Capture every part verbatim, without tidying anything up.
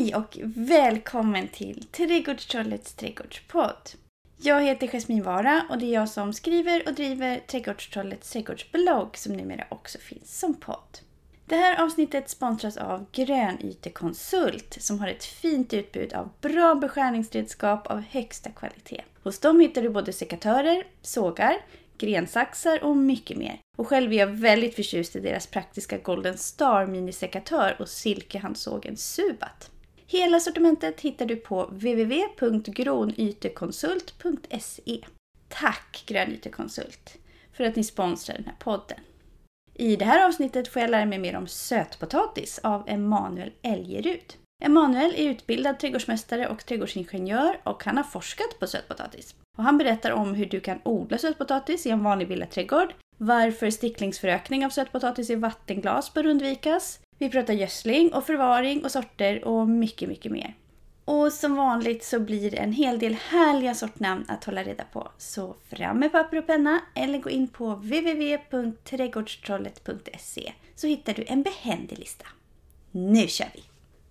Hej och välkommen till Trädgårdstrollets trädgårdspodd. Jag heter Jasmin Vara och det är jag som skriver och driver Trädgårdstrollets trädgårdsblogg som numera också finns som podd. Det här avsnittet sponsras av Grönytekonsult som har ett fint utbud av bra beskärningsredskap av högsta kvalitet. Hos dem hittar du både sekatörer, sågar, grensaxar och mycket mer. Och själv är jag väldigt förtjust i deras praktiska Golden Star minisekatör och silkehandsågen Subat. Hela sortimentet hittar du på w w w punkt gronytekonsult punkt se. Tack Grönytekonsult för att ni sponsrar den här podden. I det här avsnittet får jag lära mig mer om sötpotatis av Emanuel Elgerud. Emanuel är utbildad trädgårdsmästare och trädgårdsingenjör och han har forskat på sötpotatis. Och han berättar om hur du kan odla sötpotatis i en vanlig villaträdgård, varför sticklingsförökning av sötpotatis i vattenglas bör undvikas. Vi pratar gödsling och förvaring och sorter och mycket, mycket mer. Och som vanligt så blir det en hel del härliga sortnamn att hålla reda på. Så fram med papper och penna eller gå in på w w w punkt trädgårdstrollet punkt se så hittar du en behändig lista. Nu kör vi!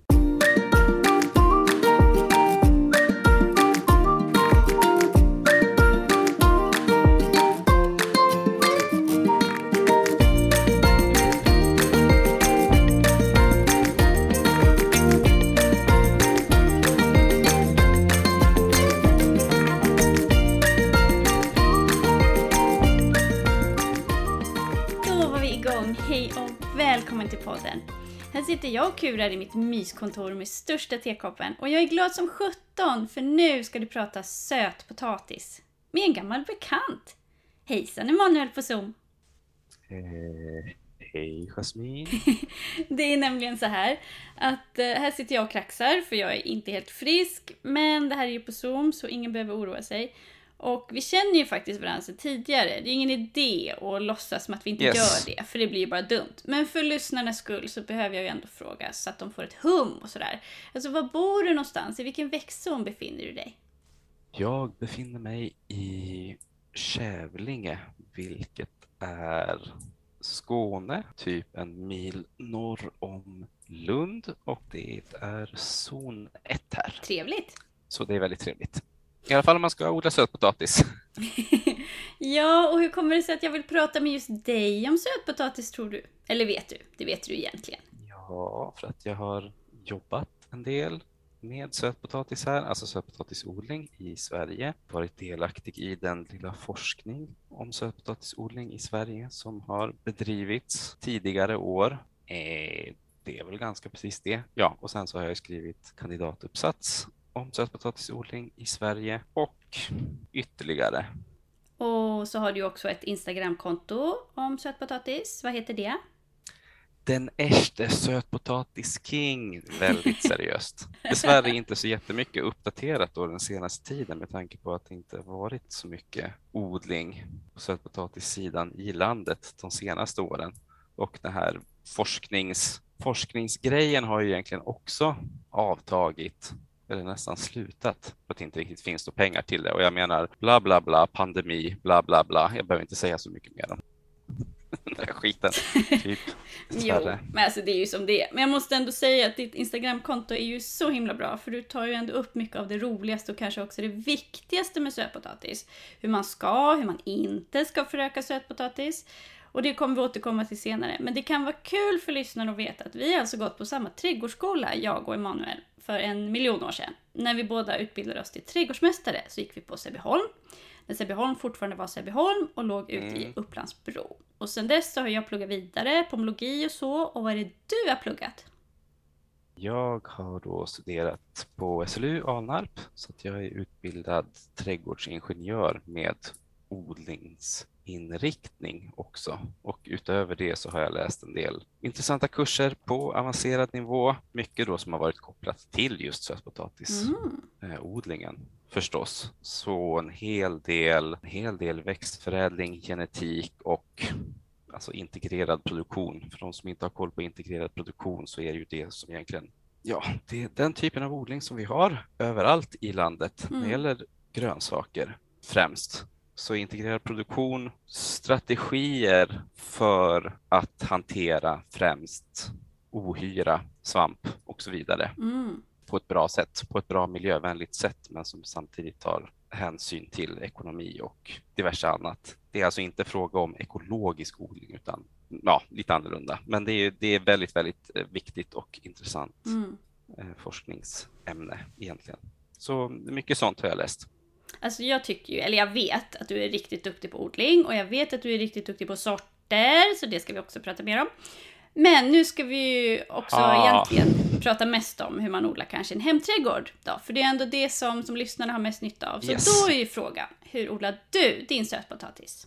Hej och välkommen till podden. Här sitter jag och kurar i mitt myskontor med största tekoppen. Och jag är glad som sjutton för nu ska du prata sötpotatis. Med en gammal bekant. Hejsan Emanuel på Zoom. Eh, hej Jasmin. Det är nämligen så här att eh, här sitter jag och kraxar för jag är inte helt frisk. Men det här är ju på Zoom så ingen behöver oroa sig. Och vi känner ju faktiskt varandra sedan tidigare. Det är ingen idé att låtsas som att vi inte yes. gör det. För det blir ju bara dumt. Men för lyssnarnas skull så behöver jag ju ändå fråga. Så att de får ett hum och sådär. Alltså var bor du någonstans? I vilken växtzon befinner du dig? Jag befinner mig i Kävlinge. Vilket är Skåne. Typ en mil norr om Lund. Och det är zon ett här. Trevligt. Så det är väldigt trevligt. I alla fall om man ska odla sötpotatis. Ja, och hur kommer det sig att jag vill prata med just dig om sötpotatis tror du? Eller vet du? Det vet du egentligen. Ja, för att jag har jobbat en del med sötpotatis här. Alltså sötpotatisodling i Sverige. Varit delaktig i den lilla forskning om sötpotatisodling i Sverige som har bedrivits tidigare år. Eh, det är väl ganska precis det. Ja, och sen så har jag skrivit kandidatuppsats om sötpotatisodling i Sverige och ytterligare. Och så har du också ett Instagramkonto om sötpotatis. Vad heter det? Den ächte sötpotatis king. Väldigt seriöst. Dessvärre inte så jättemycket uppdaterat då den senaste tiden med tanke på att det inte varit så mycket odling på sötpotatissidan i landet de senaste åren. Och den här forsknings, forskningsgrejen har ju egentligen också avtagit eller nästan slutat för att det inte riktigt finns då pengar till det. Och jag menar bla bla bla, pandemi, bla bla bla. Jag behöver inte säga så mycket mer om den där skiten. Typ. Jo, men alltså det är ju som det är. Men jag måste ändå säga att ditt Instagramkonto är ju så himla bra. För du tar ju ändå upp mycket av det roligaste och kanske också det viktigaste med sötpotatis. Hur man ska, hur man inte ska föröka sötpotatis. Och det kommer vi återkomma till senare. Men det kan vara kul för lyssnarna att veta att vi har alltså gått på samma trädgårdsskola, jag och Emanuel, för en miljon år sedan. När vi båda utbildade oss till trädgårdsmästare så gick vi på Säbyholm. När Säbyholm fortfarande var Säbyholm och låg ute mm. i Upplandsbro. Och sen dess så har jag pluggat vidare, pomologi och så. Och vad är det du har pluggat? Jag har då studerat på S L U Alnarp så att jag är utbildad trädgårdsingenjör med odlingsinriktning också. Och utöver det så har jag läst en del intressanta kurser på avancerad nivå. Mycket då som har varit kopplat till just sötpotatisodlingen mm. förstås. Så en hel del, en hel del växtförädling, genetik och alltså integrerad produktion. För de som inte har koll på integrerad produktion så är det ju det som egentligen, ja, det är den typen av odling som vi har överallt i landet mm. när det gäller grönsaker främst. Så integrerad produktion, strategier för att hantera främst ohyra, svamp och så vidare. Mm. på ett bra sätt, på ett bra miljövänligt sätt, men som samtidigt tar hänsyn till ekonomi och diverse annat. Det är alltså inte fråga om ekologisk odling utan ja, lite annorlunda. Men det är, det är väldigt, väldigt viktigt och intressant mm. forskningsämne egentligen. Så mycket sånt har jag läst. Alltså jag tycker ju, eller jag vet att du är riktigt duktig på odling och jag vet att du är riktigt duktig på sorter, så det ska vi också prata mer om. Men nu ska vi ju också ah. egentligen prata mest om hur man odlar kanske en hemträdgård då, för det är ändå det som, som lyssnarna har mest nytta av. Så yes. Då är ju frågan, hur odlar du din sötpotatis?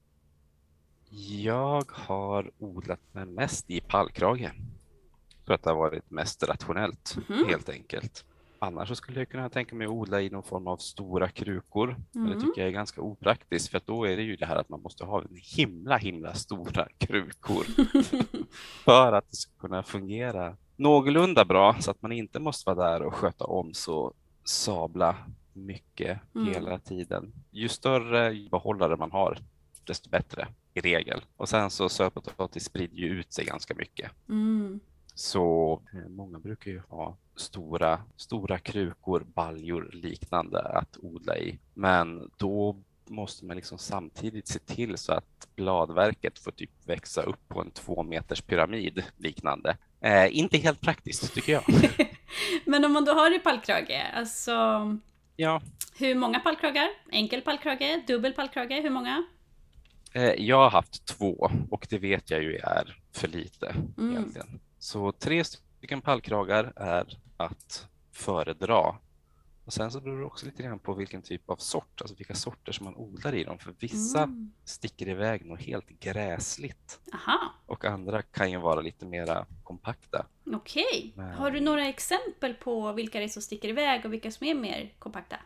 Jag har odlat mig mest i pallkrage för att det har varit mest rationellt, mm-hmm. helt enkelt. Annars så skulle jag kunna tänka mig att odla i någon form av stora krukor. Mm. Men det tycker jag är ganska opraktiskt, för att då är det ju det här att man måste ha en himla, himla stora krukor för att det ska kunna fungera någorlunda bra, så att man inte måste vara där och sköta om så sabla mycket mm. hela tiden. Ju större behållare man har, desto bättre i regel. Och sen så sötpotatis sprider ju ut sig ganska mycket. Mm. Så eh, många brukar ju ha stora, stora krukor, baljor liknande att odla i. Men då måste man liksom samtidigt se till så att bladverket får typ växa upp på en två meters pyramid liknande. Eh, inte helt praktiskt tycker jag. Men om man då har i pallkrage, alltså ja. Hur många pallkragar? Enkel pallkrage, dubbel pallkrage, hur många? Eh, jag har haft två och det vet jag ju är för lite mm. egentligen. Så tre stycken pallkragar är att föredra. Och sen så beror det också lite grann på vilken typ av sort, alltså vilka sorter som man odlar i dem. För vissa mm. sticker iväg något helt gräsligt. Aha. Och andra kan ju vara lite mera kompakta. Okej. Men... Har du några exempel på vilka det är som sticker iväg och vilka som är mer kompakta?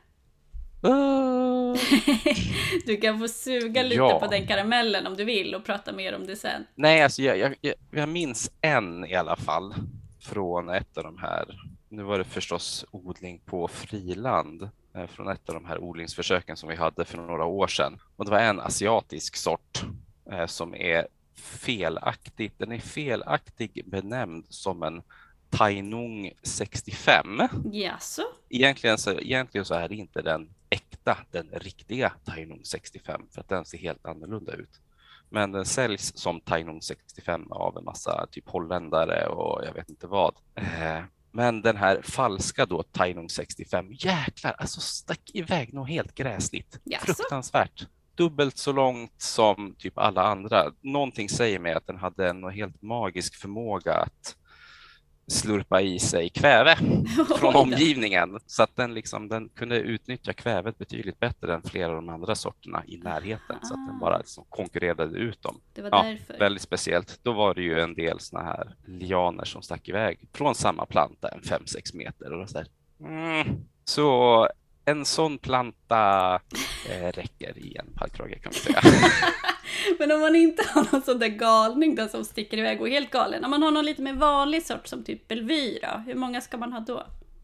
Uh... Du kan få suga lite ja. på den karamellen om du vill och prata mer om det sen. Nej, alltså jag, jag, jag, jag minns en i alla fall från ett av de här. Nu var det förstås odling på friland eh, från ett av de här odlingsförsöken som vi hade för några år sedan. Och det var en asiatisk sort eh, som är felaktigt, den är felaktigt benämnd som en Tainung sextiofem. Jaså? Egentligen så, egentligen så är det inte den äkta, den riktiga Tainung sextiofem, för att den ser helt annorlunda ut. Men den säljs som Tainung sextiofem av en massa typ holländare och jag vet inte vad. Eh, men den här falska då Tainung sextiofem, jäklar, alltså stack iväg något helt gräsligt. Jaså? Fruktansvärt. Dubbelt så långt som typ alla andra. Någonting säger mig att den hade en helt magisk förmåga att slurpa i sig kväve från omgivningen, så att den, liksom, den kunde utnyttja kvävet betydligt bättre än flera av de andra sorterna i närheten, ah. så att den bara liksom konkurrerade ut dem. Det var ja, därför. Väldigt speciellt. Då var det ju en del såna här lianer som stack iväg från samma planta en fem sex meter och så där. Mm. Så en sån planta eh, räcker i en pallkrage kan man säga. Men om man inte har någon sån där galning då som sticker iväg och är helt galen. Om man har någon lite mer vanlig sort som typ Belvy då, hur många ska man ha då?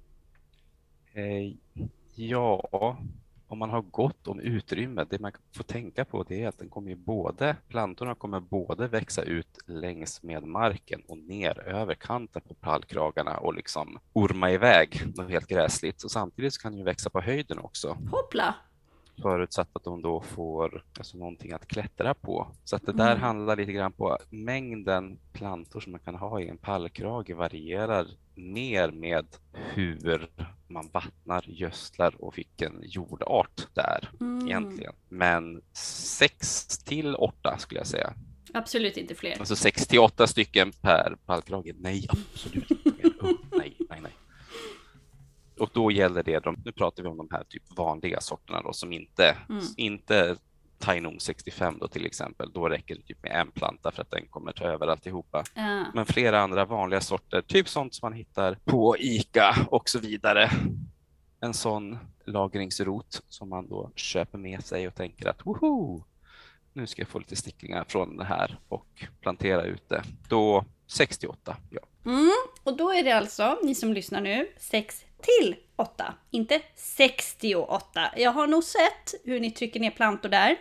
Eh, ja, om man har gott om utrymme, det man får tänka på det är att den kommer ju både, plantorna kommer både växa ut längs med marken och ner över kanten på pallkragarna och liksom orma iväg något helt gräsligt. Och samtidigt så kan den ju växa på höjden också. Hoppla! Förutsatt att de då får alltså, någonting att klättra på. Så att det där mm. handlar lite grann på mängden plantor som man kan ha i en pallkrage varierar mer med hur man vattnar, gödslar och vilken jordart där mm. egentligen. Men sex till åtta skulle jag säga. Absolut inte fler. Alltså sex till åtta stycken per pallkrage. Nej, absolut inte mer. Oh, nej, nej, nej. Och då gäller det, de, nu pratar vi om de här typ vanliga sorterna då, som inte, mm. inte Tainung sextiofem då till exempel. Då räcker det typ med en planta för att den kommer ta över alltihopa. Uh. Men flera andra vanliga sorter, typ sånt som man hittar på ICA och så vidare. En sån lagringsrot som man då köper med sig och tänker att woho, nu ska jag få lite sticklingar från det här och plantera ut det. Då sextioåtta, ja. Mm, och då är det alltså, ni som lyssnar nu, sex till åtta, inte sextioåtta. Jag har nog sett hur ni trycker ner plantor där.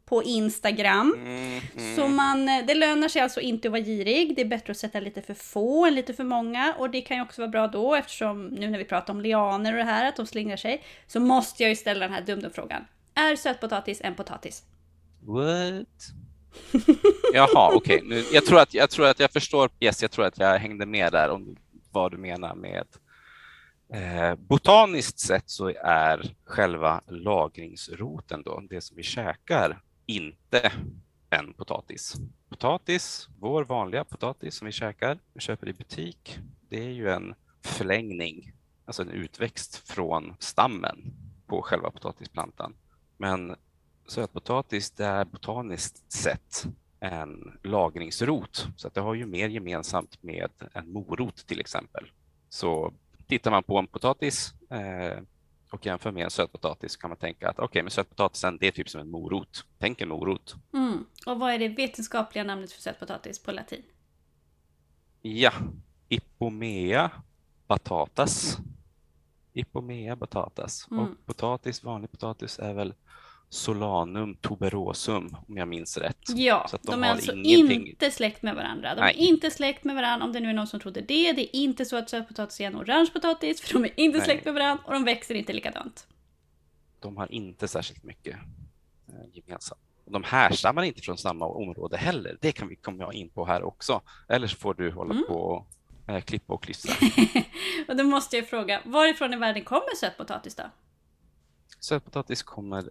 på Instagram. Mm, mm. Så man, det lönar sig alltså inte att vara girig. Det är bättre att sätta lite för få än lite för många. Och det kan ju också vara bra då, eftersom nu när vi pratar om lianer och det här, att de slingrar sig, så måste jag ju ställa den här dumdum-frågan. Är sötpotatis en potatis? What? Jaha, okej. Okay. Jag, tror att, jag tror att jag förstår, yes, jag tror att jag hängde med där om vad du menar med eh, botaniskt sett så är själva lagringsroten då, det som vi käkar, inte en potatis. Potatis, vår vanliga potatis som vi käkar, vi köper i butik, det är ju en förlängning, alltså en utväxt från stammen på själva potatisplantan. Men sötpotatis, det är botaniskt sett en lagringsrot, så att det har ju mer gemensamt med en morot till exempel. Så tittar man på en potatis eh, och jämför med en sötpotatis kan man tänka att okej, okay, men sötpotatisen det är typ som en morot. Tänk en morot. Mm. Och vad är det vetenskapliga namnet för sötpotatis på latin? Ja, Ipomoea batatas. Ipomoea batatas. Mm. Och potatis, vanlig potatis är väl Solanum tuberosum om jag minns rätt. Ja, så att de, de är har alltså ingenting... inte släkt med varandra. De Nej. är inte släkt med varandra, om det nu är någon som trodde det. Det är inte så att sötpotatis är en orange potatis, för de är inte Nej. släkt med varandra och de växer inte likadant. De har inte särskilt mycket eh, gemensamt. Och de härstammar inte från samma område heller. Det kan vi komma in på här också. Eller så får du hålla Mm. på och eh, klippa och klistra. Och då måste jag fråga, varifrån i världen kommer sötpotatis då? Sötpotatis kommer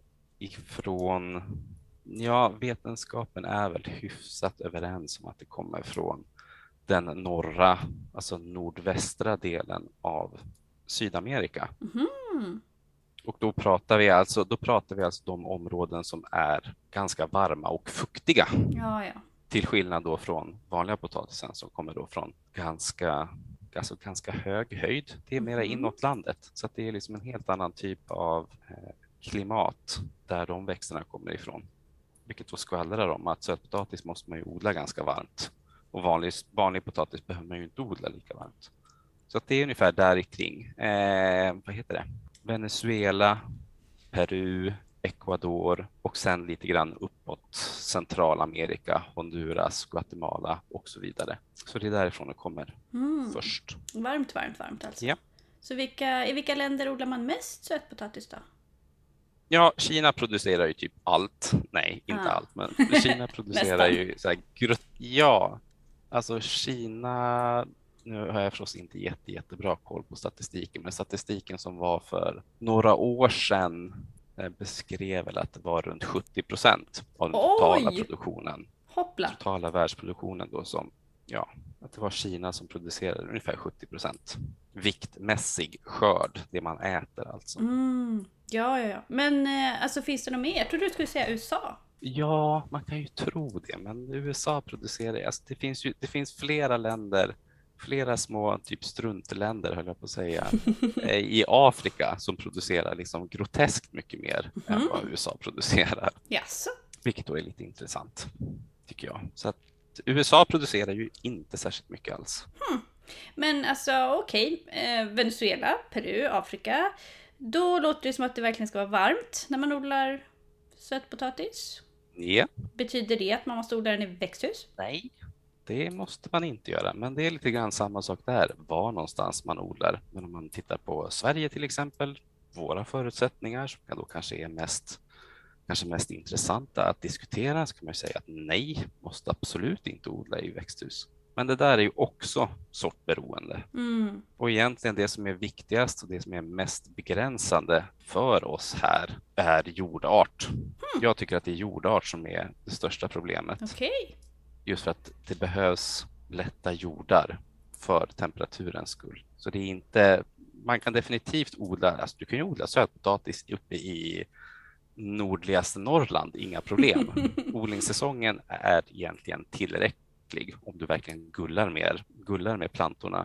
ifrån, ja, vetenskapen är väl hyfsat överens om att det kommer från den norra, alltså nordvästra delen av Sydamerika. Mhm. Och då pratar vi alltså, då pratar vi alltså de områden som är ganska varma och fuktiga. Ja, ja. Till skillnad då från vanliga potatisen som kommer då från ganska, alltså ganska hög höjd. Det är mera Mhm. inåt landet. Så att det är liksom en helt annan typ av eh, klimat där de växterna kommer ifrån. Vilket då skvallrar om att sötpotatis måste man ju odla ganska varmt. Och vanlig, vanlig potatis behöver man ju inte odla lika varmt. Så att det är ungefär där kring. Eh, vad heter det? Venezuela, Peru, Ecuador och sen lite grann uppåt Centralamerika, Honduras, Guatemala och så vidare. Så det är därifrån det kommer Mm. först. Varmt, varmt, varmt alltså. Ja. Så vilka, i vilka länder odlar man mest sötpotatis då? Ja, Kina producerar ju typ allt. Nej, inte Ah. allt, men Kina producerar ju så här grut... Ja, alltså Kina... Nu har jag förstås inte jätte, jättebra koll på statistiken, men statistiken som var för några år sedan eh, beskrev väl att det var runt sjuttio procent av den totala Oj! produktionen. Hoppla. Totala världsproduktionen då som, ja, att det var Kina som producerade ungefär sjuttio procent. Viktmässig skörd, det man äter alltså. Mm. Ja, ja, ja. Men eh, alltså finns det något mer? Jag trodde du skulle säga U S A. Ja, man kan ju tro det, men U S A producerar, alltså det finns ju, det finns flera länder, flera små typ struntländer höll jag på att säga, eh, i Afrika som producerar liksom groteskt mycket mer än vad U S A producerar, Jaså? vilket då är lite intressant tycker jag. Så att U S A producerar ju inte särskilt mycket alls. Men alltså okej, eh, Venezuela, Peru, Afrika. Då låter det som att det verkligen ska vara varmt när man odlar sötpotatis. Ja, Betyder det att man måste odla den i växthus? nej, det måste man inte göra, men det är lite grann samma sak där, var någonstans man odlar. Men om man tittar på Sverige till exempel, våra förutsättningar som kan då kanske är mest, kanske mest intressanta att diskutera, så kan man ju säga att nej, måste absolut inte odla i växthus. Men det där är ju också sortberoende. Mm. Och egentligen det som är viktigast och det som är mest begränsande för oss här är jordart. Jag tycker att det är jordart som är det största problemet. Okej. Just för att det behövs lätta jordar för temperaturens skull. Så det är inte, man kan definitivt odla, alltså du kan ju odla sötpotatis uppe i nordligaste Norrland, inga problem. Odlingssäsongen är egentligen tillräcklig om du verkligen gullar mer, gullar med plantorna.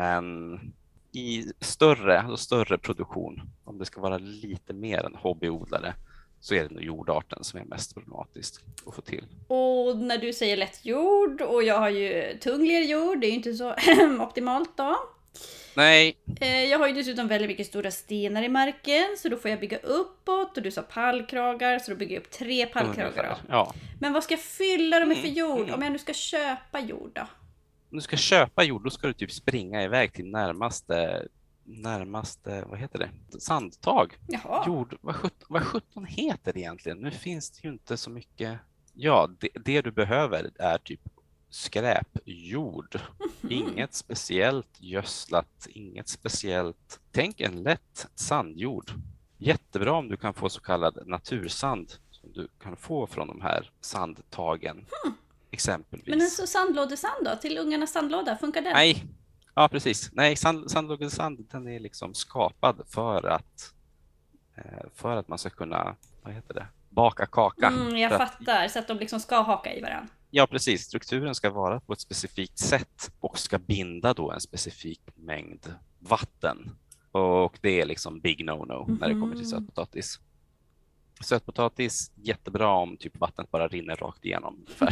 Men i större, alltså större produktion, om det ska vara lite mer än hobbyodlare, så är det nog jordarten som är mest problematiskt att få till. Och när du säger lätt jord och jag har ju tung lerjord, det är ju inte så optimalt då. Nej. Eh, jag har ju dessutom väldigt mycket stora stenar i marken, så då får jag bygga uppåt. Och du sa pallkragar, så då bygger jag upp tre pallkragar. Ja. Men vad ska jag fylla dem med för Mm, jord? mm. Om jag nu ska köpa jord då? Om du ska köpa jord, då ska du typ springa iväg till närmaste, närmaste, vad heter det? Sandtag. Jaha. Jord, vad sjutton, vad sjutton heter det egentligen? Nu finns det ju inte så mycket. Ja, det, det du behöver är typ skräpjord. Mm-hmm. Inget speciellt gödslat, inget speciellt. Tänk en lätt sandjord. Jättebra om du kan få så kallad natursand som du kan få från de här sandtagen. Mm. Exempelvis. Men alltså sandlådesand då? Till ungarnas sandlåda, funkar den? Nej, ja precis. Nej, sand, sandlådesand, den är liksom skapad för att för att man ska kunna, vad heter det, baka kaka. Mm, jag för fattar, att, så att de liksom ska haka i varandra. Ja, precis. Strukturen ska vara på ett specifikt sätt och ska binda då en specifik mängd vatten. Och det är liksom big no-no mm-hmm. när det kommer till sötpotatis. Sötpotatis, jättebra om typ vattnet bara rinner rakt igenom ungefär.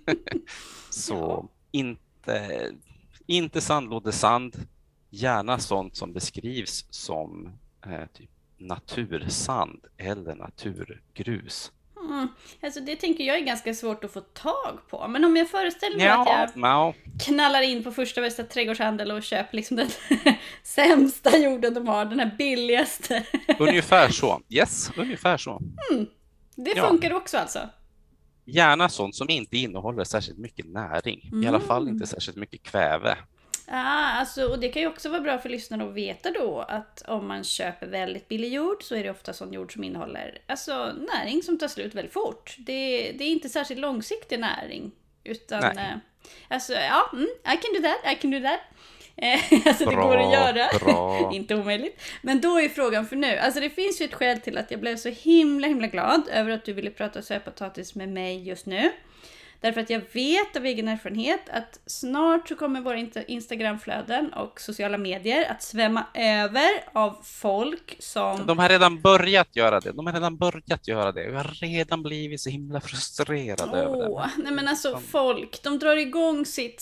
Så ja. inte, inte sandlådesand, gärna sånt som beskrivs som eh, typ natursand eller naturgrus. Mm. Alltså det tänker jag är ganska svårt att få tag på. Men om jag föreställer mig ja, att jag no. knallar in på första bästa trädgårdshandel och köper liksom den sämsta jorden de har, den här billigaste. Ungefär så. Yes, ungefär så. Mm. Det funkar ja. också alltså? Gärna sånt som inte innehåller särskilt mycket näring. Mm. I alla fall inte särskilt mycket kväve. Ah, alltså, och det kan ju också vara bra för lyssnarna att veta då att om man köper väldigt billig jord så är det ofta sån jord som innehåller alltså, näring som tar slut väldigt fort. Det, det är inte särskilt långsiktig näring. Utan, eh, alltså ja, mm, I can do that, I can do that. alltså bra, det går att göra, inte omöjligt. Men då är frågan för nu, alltså det finns ju ett skäl till att jag blev så himla himla glad över att du ville prata sötpotatis med mig just nu. Därför att jag vet av egen erfarenhet att snart så kommer våra Instagramflöden och sociala medier att svämma över av folk som... De har redan börjat göra det. De har redan börjat göra det. Jag har redan blivit så himla frustrerad oh, över det. Nej men alltså de... folk, de drar igång sitt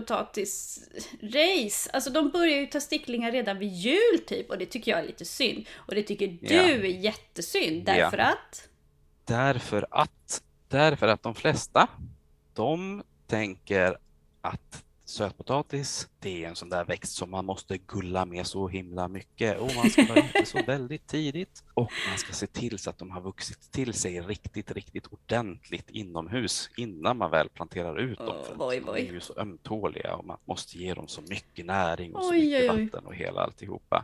sötpotatis-race. Alltså de börjar ju ta sticklingar redan vid jul typ. Och det tycker jag är lite synd. Och det tycker du ja. är jättesynd. Därför ja. att... Därför att... Därför att de flesta... De tänker att sötpotatis, det är en sån där växt som man måste gulla med så himla mycket. Och man ska vara ute så väldigt tidigt. Och man ska se till så att de har vuxit till sig riktigt, riktigt ordentligt inomhus innan man väl planterar ut dem. För oh, boy, boy. De är ju så ömtåliga och man måste ge dem så mycket näring och så oj, mycket oj, vatten och hela alltihopa.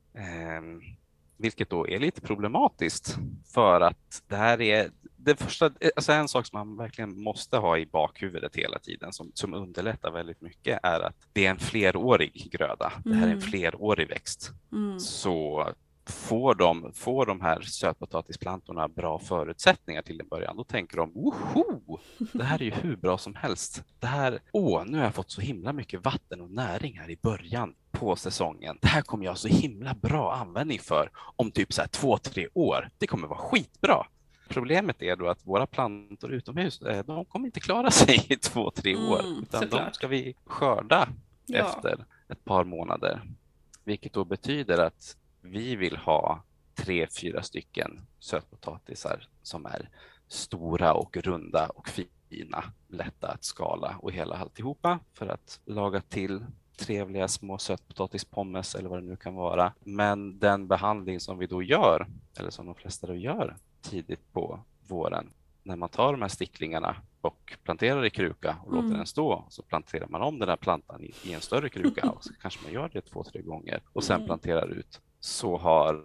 Ehm, vilket då är lite problematiskt för att det här är det första, alltså en sak som man verkligen måste ha i bakhuvudet hela tiden som, som underlättar väldigt mycket är att det är en flerårig gröda. Mm. Det här är en flerårig växt. Mm. Så får de, får de här sötpotatisplantorna bra förutsättningar till en början, då tänker de, woho! Det här är ju hur bra som helst. Det här, åh, nu har jag fått så himla mycket vatten och näring här i början på säsongen. Det här kommer jag ha så himla bra användning för om typ så här två, tre år. Det kommer vara skitbra. Problemet är då att våra plantor utomhus, de kommer inte klara sig i två, tre år. Mm, utan såklart. De ska vi skörda ja. efter ett par månader. Vilket då betyder att vi vill ha tre, fyra stycken sötpotatisar som är stora och runda och fina, lätta att skala och hela alltihopa för att laga till trevliga små sötpotatispommes eller vad det nu kan vara. Men den behandling som vi då gör, eller som de flesta då gör tidigt på våren, när man tar de här sticklingarna och planterar i kruka och mm. låter den stå, så planterar man om den här plantan i, i en större kruka och så kanske man gör det två, tre gånger och sen mm. planterar ut. Så har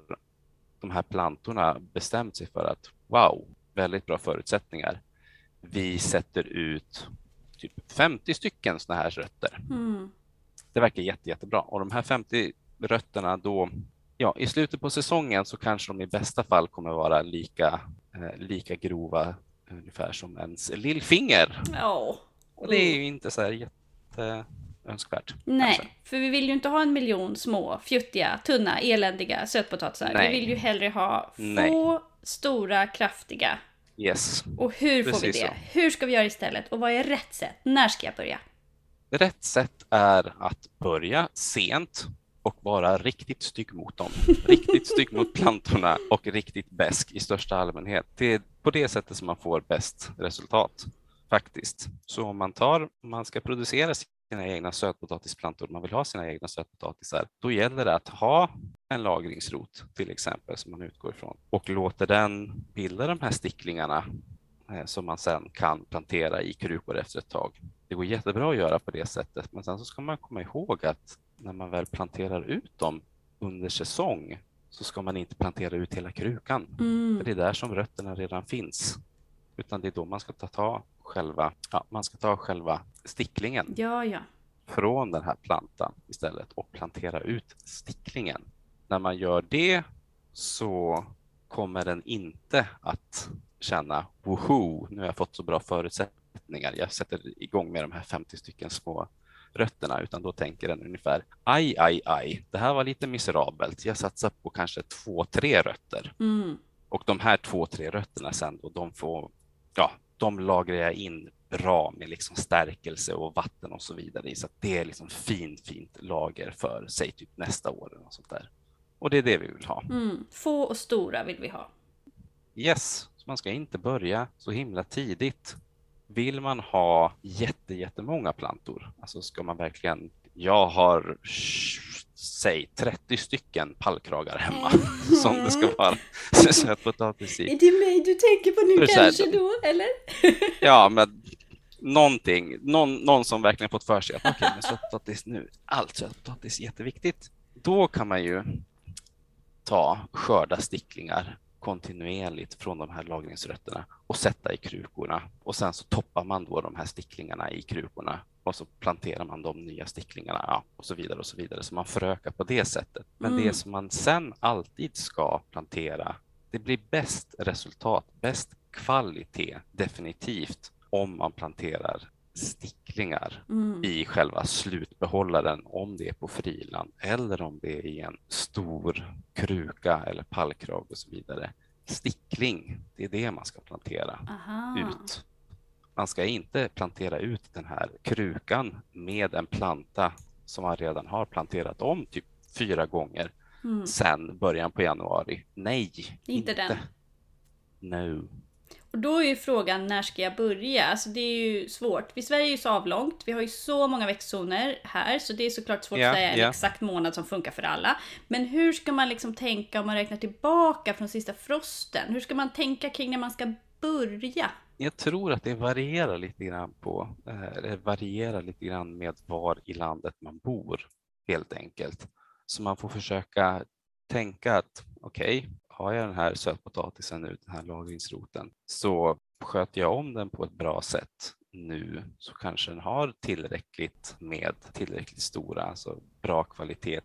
de här plantorna bestämt sig för att wow, väldigt bra förutsättningar. Vi sätter ut typ femtio stycken såna här rötter. Mm. Det verkar jätte, jättebra. Och de här femtio rötterna då, ja, i slutet på säsongen så kanske de i bästa fall kommer vara lika, eh, lika grova ungefär som ens lillfinger. Oh. Och det är ju inte så här jätteönskvärt. Nej, kanske. För vi vill ju inte ha en miljon små, fjuttiga, tunna, eländiga sötpotatisar. Vi vill ju hellre ha få Nej. stora, kraftiga. Yes. Och hur får Precis vi det? Så. Hur ska vi göra istället? Och vad är rätt sätt? När ska jag börja? Rätt sätt är att börja sent och vara riktigt stygg mot dem. Riktigt stygg mot plantorna och riktigt bäsk i största allmänhet. Det är på det sättet som man får bäst resultat faktiskt. Så om man tar, om man ska producera sina egna sötpotatisplantor, man vill ha sina egna sötpotatisar, då gäller det att ha en lagringsrot till exempel som man utgår ifrån och låter den bilda de här sticklingarna eh, som man sen kan plantera i krukor efter ett tag. Det går jättebra att göra på det sättet, men sen så ska man komma ihåg att när man väl planterar ut dem under säsong så ska man inte plantera ut hela krukan. Mm. För det är där som rötterna redan finns. Utan det är då man ska ta, ta, själva, ja, man ska ta själva sticklingen Ja, ja. från den här plantan istället och plantera ut sticklingen. När man gör det så kommer den inte att känna woho, nu har jag fått så bra förutsättningar. Jag sätter igång med de här femtio stycken små rötterna, utan då tänker den ungefär aj, aj, aj, det här var lite miserabelt. Jag satsar på kanske två, tre rötter. Mm. Och de här två, tre rötterna sen då, de får, ja, de lagrar jag in bra med liksom stärkelse och vatten och så vidare. Så att det är liksom fint, fint lager för, säg typ nästa år och sånt där. Och det är det vi vill ha. Mm. Få och stora vill vi ha. Yes, så man ska inte börja så himla tidigt. Vill man ha jätte, jättemånga plantor, alltså ska man verkligen, jag har säg trettio stycken pallkragar hemma mm. som det ska vara sötpotatis i. Är det mig du tänker på nu För kanske här, då, eller? Ja, men någonting, någon, någon som verkligen fått för sig att okej, okay, men sötpotatis nu, allt sötpotatis är jätteviktigt. Då kan man ju ta skörda sticklingar kontinuerligt från de här lagringsrötterna och sätta i krukorna. Och sen så toppar man då de här sticklingarna i krukorna och så planterar man de nya sticklingarna, ja, och så vidare och så vidare. Så man förökar på det sättet. Men Mm. det som man sen alltid ska plantera, det blir bäst resultat, bäst kvalitet definitivt om man planterar sticklingar Mm. i själva slutbehållaren, om det är på friland eller om det är i en stor kruka eller pallkrag och så vidare. Stickling, det är det man ska plantera Aha. ut. Man ska inte plantera ut den här krukan med en planta som man redan har planterat om typ fyra gånger Mm. sen början på januari. Nej, Inte, inte den. No. Och då är ju frågan, när ska jag börja? Alltså det är ju svårt. Vi Sverige är ju så avlångt. Vi har ju så många växtzoner här. Så det är såklart svårt Ja, att säga en ja. exakt månad som funkar för alla. Men hur ska man liksom tänka om man räknar tillbaka från sista frosten? Hur ska man tänka kring när man ska börja? Jag tror att det varierar lite grann på, eh, det varierar lite grann med var i landet man bor, helt enkelt. Så man får försöka tänka att okej, okay, har jag den här sötpotatisen nu, den här lagringsroten, så sköter jag om den på ett bra sätt nu så kanske den har tillräckligt med tillräckligt stora, alltså bra kvalitet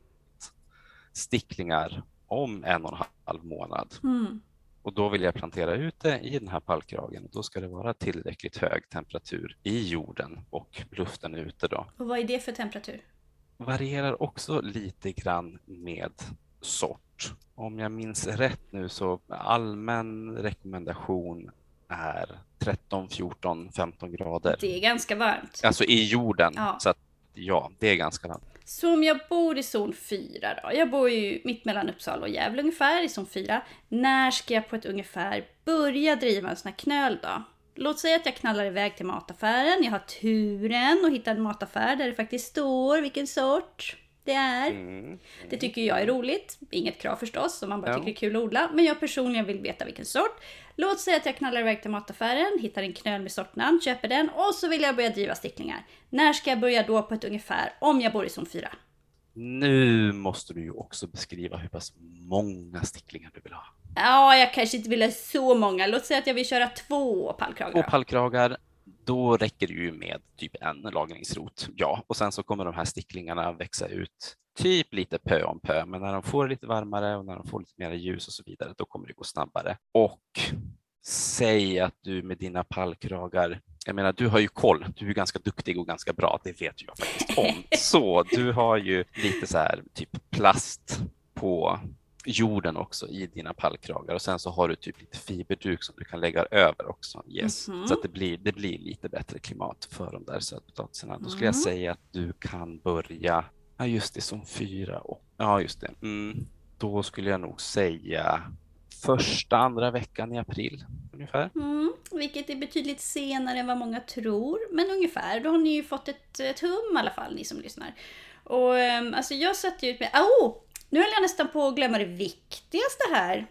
sticklingar om en och en halv månad. Mm. Och då vill jag plantera ut det i den här pallkragen. Då ska det vara tillräckligt hög temperatur i jorden och luften ute då. Och vad är det för temperatur? Varierar också lite grann med sort. Om jag minns rätt nu så allmän rekommendation är tretton, fjorton, femton grader. Det är ganska varmt. Alltså i jorden. Ja. Så att ja, det är ganska varmt. Så om jag bor i zon fyra då, jag bor ju mitt mellan Uppsala och Gävle ungefär i zon fyra. När ska jag på ett ungefär börja driva en sån här knöl då? Låt säga att jag knallar iväg till mataffären, jag har turen och hittar en mataffär där det faktiskt står vilken sort det är. Mm. Det tycker jag är roligt, inget krav förstås om man bara Ja. tycker det är kul att odla. Men jag personligen vill veta vilken sort. Låt säga att jag knallar iväg till mataffären, hittar en knöl med sortnamn, köper den och så vill jag börja driva sticklingar. När ska jag börja då på ett ungefär om jag bor i zon fyra? Nu måste du ju också beskriva hur pass många sticklingar du vill ha. Ja, jag kanske inte vill ha så många. Låt säga att jag vill köra två pallkragar. Två pallkragar, då räcker det ju med typ en lagringsrot. Ja, och sen så kommer de här sticklingarna växa ut typ lite pö om pö. Men när de får lite varmare och när de får lite mer ljus och så vidare, då kommer det gå snabbare. Och säg att du med dina pallkragar, jag menar du har ju koll, du är ganska duktig och ganska bra, det vet jag faktiskt om. Så du har ju lite så här typ plast på jorden också i dina pallkragar och sen så har du typ lite fiberduk som du kan lägga över också. Yes. Mhm. Så att det blir, det blir lite bättre klimat för de där sötpotatisarna. Då skulle Mm. jag säga att du kan börja Ja, just det, som fyra. Och, ja, just det. Mm, då skulle jag nog säga första, andra veckan i april ungefär. Mm, vilket är betydligt senare än vad många tror. Men ungefär, då har ni ju fått ett, ett hum i alla fall, ni som lyssnar. Och um, alltså jag satte ut med... Oh! Nu höll jag nästan på att glömma det viktigaste här.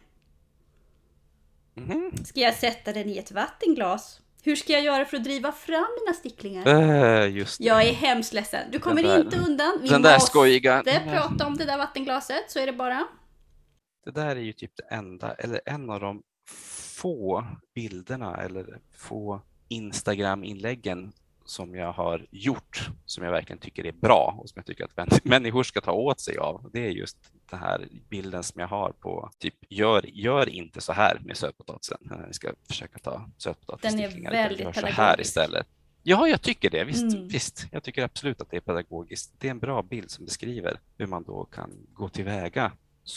Mm. Ska jag sätta den i ett vattenglas? Hur ska jag göra för att driva fram mina sticklingar? Äh, just det. Jag är hemskt ledsen. Du kommer där, inte undan. Vi den där måste skojiga. prata om det där vattenglaset, så är det bara. Det där är ju typ det enda, eller en av de få bilderna eller få Instagram-inläggen som jag har gjort, som jag verkligen tycker är bra och som jag tycker att människor ska ta åt sig av. Det är just den här bilden som jag har på typ gör, gör inte så här med sötpotatisen. Jag ska försöka ta sötpotatissticklingar. Den är väldigt gör så pedagogisk. här istället. Ja, jag tycker det. Visst, Mm. visst. Jag tycker absolut att det är pedagogiskt. Det är en bra bild som beskriver hur man då kan gå tillväga.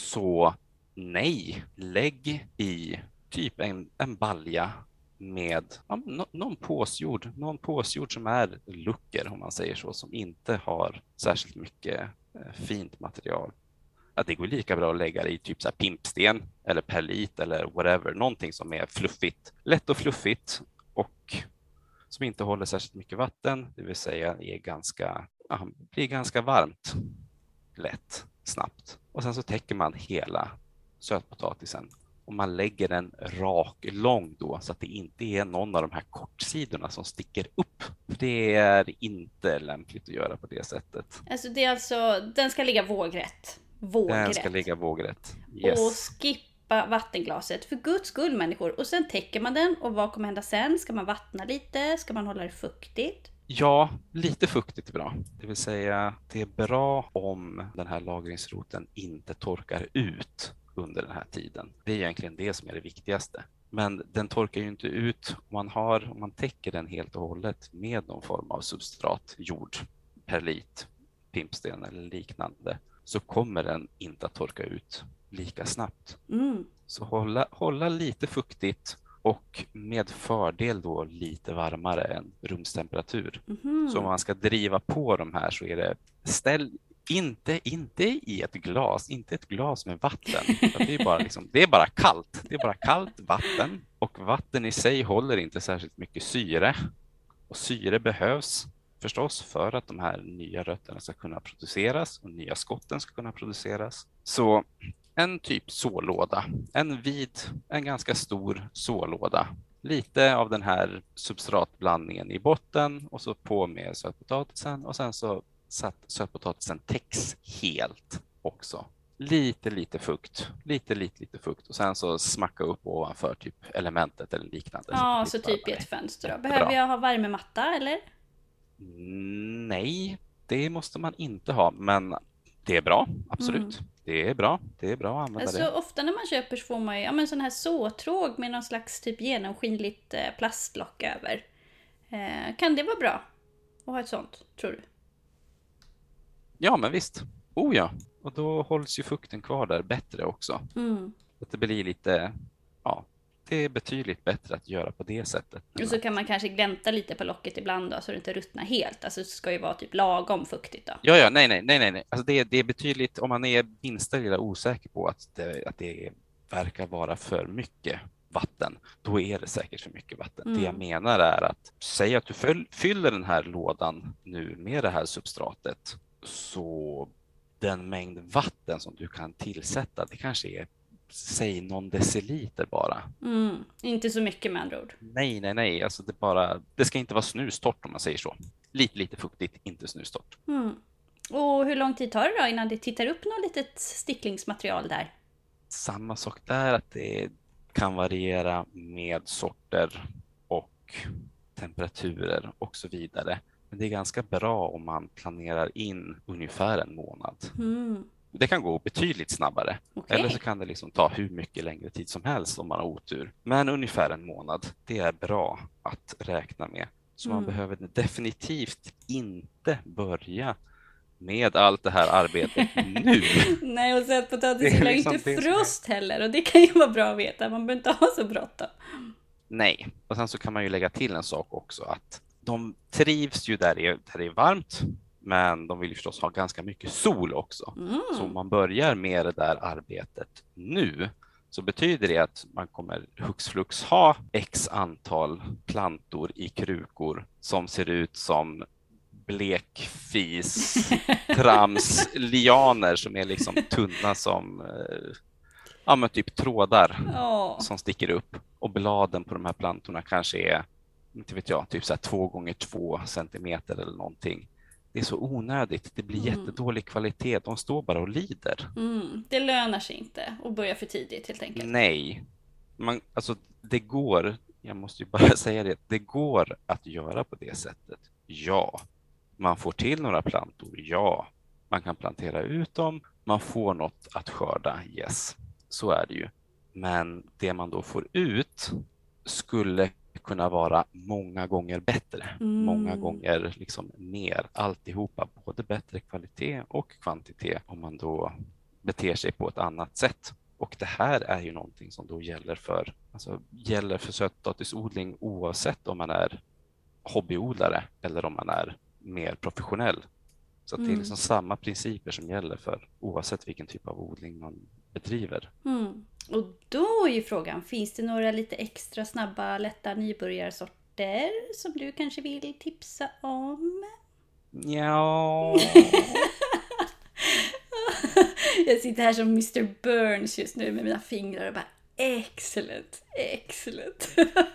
Så nej, lägg i typ en, en balja med ja, no, någon påsjord, någon påsjord som är lucker om man säger så, som inte har särskilt mycket eh, fint material. Ja, det går lika bra att lägga det i typ så här pimpsten eller perlit eller whatever, någonting som är fluffigt, lätt och fluffigt och som inte håller särskilt mycket vatten, det vill säga är ganska, ja, blir ganska varmt, lätt, snabbt. Och sen så täcker man hela sötpotatisen och man lägger den rak, lång då, så att det inte är någon av de här kortsidorna som sticker upp. Det är inte lämpligt att göra på det sättet. Alltså det är alltså, den ska ligga vågrätt. Vågrätt. Den ska ligga vågrätt. Yes. Och skippa vattenglaset, för guds skull människor. Och sen täcker man den, och vad kommer hända sen? Ska man vattna lite? Ska man hålla det fuktigt? Ja, lite fuktigt är bra. Det vill säga, det är bra om den här lagringsroten inte torkar ut under den här tiden. Det är egentligen det som är det viktigaste. Men den torkar ju inte ut om man, har, om man täcker den helt och hållet med någon form av substrat, jord, perlit, pimpsten eller liknande, så kommer den inte att torka ut lika snabbt. Mm. Så hålla, hålla lite fuktigt och med fördel då lite varmare än rumstemperatur. Mm-hmm. Så om man ska driva på de här så är det ställ inte, inte i ett glas, inte ett glas med vatten. Det är, bara liksom, det är bara kallt. Det är bara kallt vatten och vatten i sig håller inte särskilt mycket syre. Och syre behövs förstås för att de här nya rötterna ska kunna produceras och nya skotten ska kunna produceras. Så en typ sålåda, en vid, en ganska stor sålåda. Lite av den här substratblandningen i botten och så på med sötpotatisen och sen så satt sötpotatisen täcks helt också. Lite, lite fukt, lite, lite, lite fukt och sen så smacka upp ovanför typ elementet eller liknande. Ja, så, så typ i ett fönster då. Behöver Bra. jag ha värmematta eller? Nej, det måste man inte ha, men det är bra, absolut. Mm. Det är bra, det är bra att använda alltså, det. Ofta när man köper så får man ju ja, men sån här såtråg med någon slags typ genomskinligt eh, plastlock över. Eh, kan det vara bra att ha ett sånt, tror du? Ja, men visst. Oh ja, och då hålls ju fukten kvar där bättre också. Mm. Att det blir lite, ja, det är betydligt bättre att göra på det sättet. Och så kan man kanske glänta lite på locket ibland då, så det inte ruttnar helt. Alltså det ska ju vara typ lagom fuktigt då. Ja, ja, nej, nej, nej, nej. Alltså det, det är betydligt, om man är minsta lilla osäker på att det, att det verkar vara för mycket vatten, då är det säkert för mycket vatten. Mm. Det jag menar är att, säg att du fyll, fyller den här lådan nu med det här substratet, så den mängd vatten som du kan tillsätta, det kanske är, säg någon deciliter bara. Mm. Inte så mycket med andra ord. Nej, nej, nej. Alltså det, bara, det ska inte vara snustort om man säger så. Lite, lite fuktigt, inte snustort. Mm. Och hur lång tid tar det då innan det tittar upp något litet sticklingsmaterial där? Samma sak där, att det kan variera med sorter och temperaturer och så vidare. Men det är ganska bra om man planerar in ungefär en månad. Mm. Det kan gå betydligt snabbare. Okay. Eller så kan det liksom ta hur mycket längre tid som helst om man har otur. Men ungefär en månad, det är bra att räkna med. Så mm. man behöver definitivt inte börja med allt det här arbetet nu. Nej, och sötpotatis gillar liksom inte frost heller. Och det kan ju vara bra att veta. Man behöver inte ha så bråttom. Nej, och sen så kan man ju lägga till en sak också. Att de trivs ju där det är, där det är varmt. Men de vill ju förstås ha ganska mycket sol också. Mm. Så om man börjar med det där arbetet nu så betyder det att man kommer hux flux ha x antal plantor i krukor som ser ut som blekfis, trams, lianer som är liksom tunna som ja, men typ trådar oh. som sticker upp. Och bladen på de här plantorna kanske är, inte vet jag, typ så här två gånger två centimeter eller någonting. Det är så onödigt. Det blir mm. jättedålig kvalitet. De står bara och lider. Mm. Det lönar sig inte att börja för tidigt helt enkelt. Nej. Man, alltså, det går, jag måste ju bara säga det, det går att göra på det sättet. Ja. Man får till några plantor. Ja. Man kan plantera ut dem. Man får något att skörda. Yes. Så är det ju. Men det man då får ut skulle kunna vara många gånger bättre, mm. många gånger liksom mer, alltihopa, både bättre kvalitet och kvantitet om man då beter sig på ett annat sätt. Och det här är ju någonting som då gäller för, alltså gäller för sötpotatisodling oavsett om man är hobbyodlare eller om man är mer professionell. Så mm. det är liksom samma principer som gäller för oavsett vilken typ av odling man bedriver. Mm. Och då är ju frågan, finns det några lite extra snabba, lätta nybörjarsorter som du kanske vill tipsa om? Ja. Jag sitter här som mister Burns just nu med mina fingrar och bara excellent, excellent.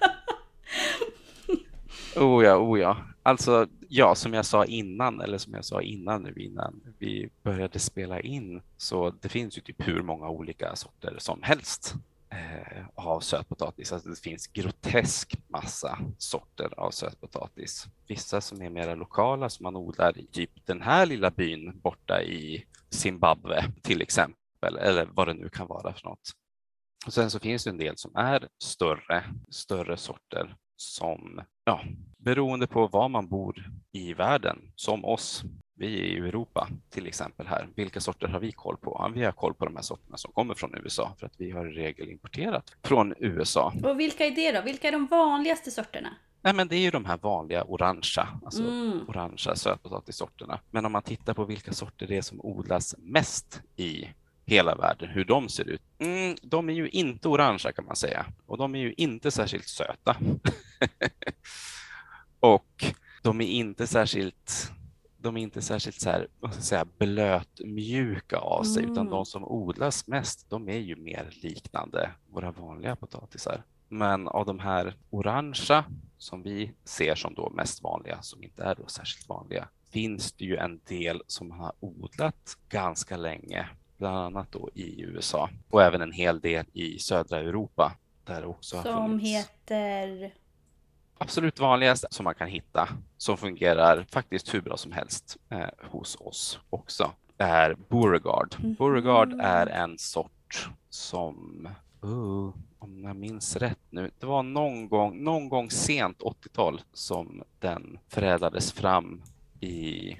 Oh ja, oh ja. Alltså, ja, som jag sa innan, eller som jag sa innan nu innan vi började spela in, så det finns ju typ hur många olika sorter som helst eh, av sötpotatis. Alltså det finns grotesk massa sorter av sötpotatis. Vissa som är mer lokala som man odlar i typ den här lilla byn borta i Zimbabwe till exempel, eller vad det nu kan vara för något. Och sen så finns det en del som är större, större sorter som, ja, beroende på var man bor i världen, som oss, vi är i Europa till exempel här. Vilka sorter har vi koll på? Ja, vi har koll på de här sorterna som kommer från U S A för att vi har i regel importerat från U S A. Och vilka är det då? Vilka är de vanligaste sorterna? Nej, men det är ju de här vanliga orangea, alltså mm. orangea sötpotatissorterna. Men om man tittar på vilka sorter det är som odlas mest i hela världen, hur de ser ut. Mm, de är ju inte orangea kan man säga. Och de är ju inte särskilt söta. Och de är inte särskilt, de är inte särskilt så här, vad ska jag säga, blötmjuka av sig. Mm. Utan de som odlas mest, de är ju mer liknande våra vanliga potatisar. Men av de här orangea som vi ser som då mest vanliga, som inte är då särskilt vanliga, finns det ju en del som har odlat ganska länge. Bland annat då i U S A och även en hel del i södra Europa. Där också har som funnits. Heter? Absolut vanligast som man kan hitta, som fungerar faktiskt hur bra som helst eh, hos oss också, är Beauregard. Mm. Beauregard är en sort som, uh, om jag minns rätt nu, det var någon gång, någon gång sent åttiotal som den förädlades fram i...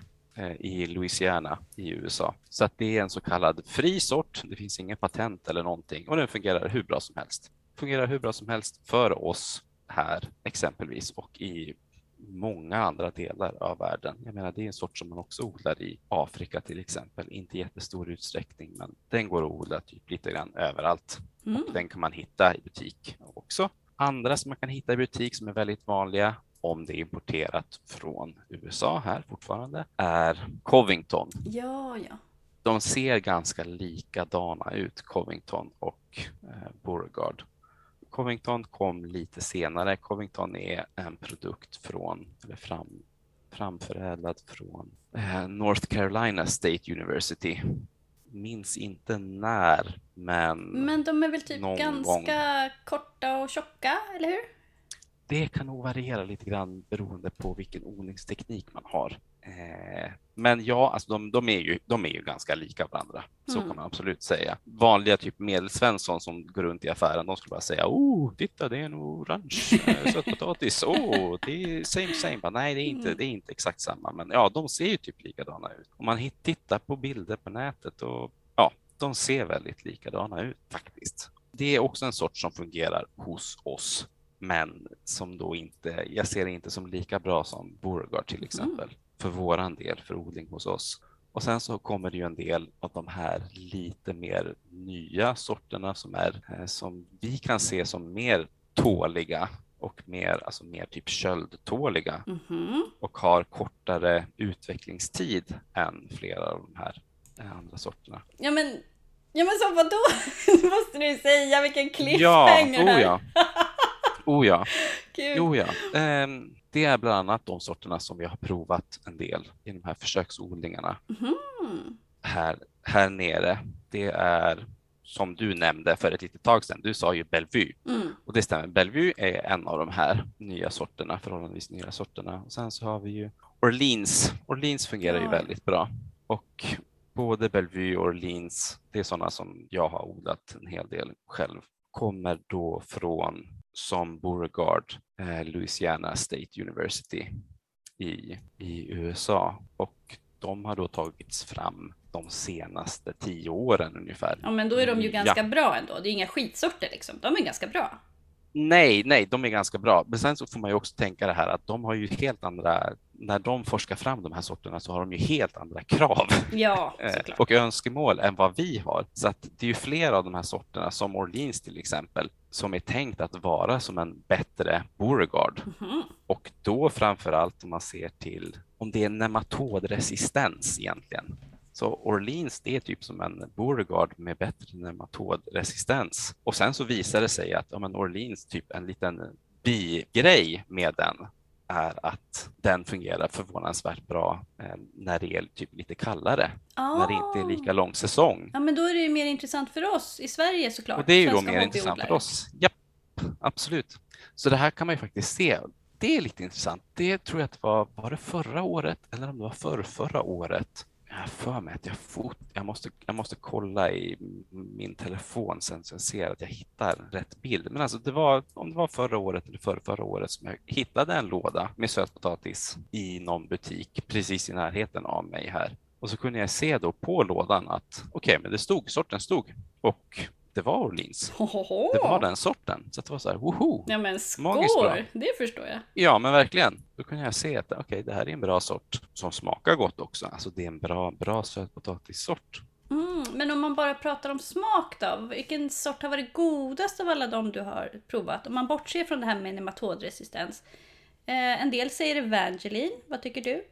i Louisiana i U S A. Så att det är en så kallad fri sort. Det finns ingen patent eller någonting. Och den fungerar hur bra som helst. Fungerar hur bra som helst för oss här exempelvis och i många andra delar av världen. Jag menar, det är en sort som man också odlar i Afrika till exempel. Inte i jättestor utsträckning, men den går att odla typ lite grann överallt. Mm. Och den kan man hitta i butik också. Andra som man kan hitta i butik som är väldigt vanliga, om det är importerat från U S A här fortfarande, är Covington. Ja, ja. De ser ganska likadana ut, Covington och eh, Beauregard. Covington kom lite senare. Covington är en produkt från, eller fram, framförädlad från eh, North Carolina State University. Minns inte när, men... Men de är väl typ ganska gång. korta och tjocka, eller hur? Det kan nog variera lite grann beroende på vilken odlingsteknik man har. Eh, men ja, alltså de, de, är ju, de är ju ganska lika varandra. Så mm. kan man absolut säga. Vanliga typ medelsvensson som går runt i affären, de skulle bara säga, oh, titta, det är en orange äh, sötpotatis. Oh, det är same same. Bara, nej, det är, inte, det är inte exakt samma. Men ja, de ser ju typ likadana ut. Om man tittar på bilder på nätet och ja, de ser väldigt likadana ut faktiskt. Det är också en sort som fungerar hos oss. Men som då inte, jag ser det inte som lika bra som Beauregard till exempel. Mm. för våran del, för odling hos oss. Och sen så kommer det ju en del av de här lite mer nya sorterna som är eh, som vi kan se som mer tåliga och mer, alltså mer typ köldtåliga Mm-hmm. och har kortare utvecklingstid än flera av de här eh, andra sorterna. Ja men, ja men så vadå? Nu måste du säga vilken Ja, cliffhanger oh här. ja. Oh ja. Gud. Jo, ja. Ehm, det är bland annat de sorterna som vi har provat en del i de här försöksodlingarna Mhm. här, här nere. Det är som du nämnde för ett litet tag sedan. Du sa ju Bellevue. Mm. Och det stämmer. Bellevue är en av de här nya sorterna, förhållandevis nya sorterna. Och sen så har vi ju Orleans. Orleans fungerar ju Ja. väldigt bra. Och både Bellevue och Orleans, det är sådana som jag har odlat en hel del själv, kommer då från som Beauregard, eh, Louisiana State University i, i U S A. Och de har då tagits fram de senaste tio åren ungefär. Ja men då är de ju Ja. ganska bra ändå. Det är inga skitsorter liksom. De är ganska bra. Nej, nej, de är ganska bra. Men sen så får man ju också tänka det här att de har ju helt andra, när de forskar fram de här sorterna så har de ju helt andra krav Ja, eh, såklart. och önskemål än vad vi har. Så att det är ju flera av de här sorterna, som Orleans till exempel, som är tänkt att vara som en bättre Beauregard. Mhm. Och då framförallt om man ser till om det är nematodresistens egentligen. Så Orleans, det är typ som en Beauregard med bättre nematodresistens. Och sen så visar det sig att ja, men Orleans, typ en liten bigrej med den är att den fungerar förvånansvärt bra eh, när det är typ lite kallare. Ah. När det inte är lika lång säsong. Ja men då är det ju mer intressant för oss i Sverige såklart. Och det är ju då Svenska mer intressant hobbyodlare. för oss. Japp, absolut. Så det här kan man ju faktiskt se. Det är lite intressant. Det tror jag att var, var det förra året eller om det var förr, förra året. Jag har för mig att jag fot, jag måste, jag måste kolla i min telefon sen så jag ser att jag hittar rätt bild. Men alltså det var, om det var förra året eller förra, förra året som jag hittade en låda med sötpotatis i någon butik precis i närheten av mig här. Och så kunde jag se då på lådan att okej, okay, men det stod, sorten stod. Och det var Orleans. Hohoho. Det var den sorten. Så det var så här, woho! Ja men Magiskt bra. skål, det förstår jag. Ja, men verkligen. Då kunde jag se att okej, okay, det här är en bra sort som smakar gott också. Alltså det är en bra, bra sötpotatissort. Mm, men om man bara pratar om smak då, vilken sort har varit godast av alla de du har provat? Om man bortser från det här med nematodresistens. Eh, en del säger Evangeline, vad tycker du?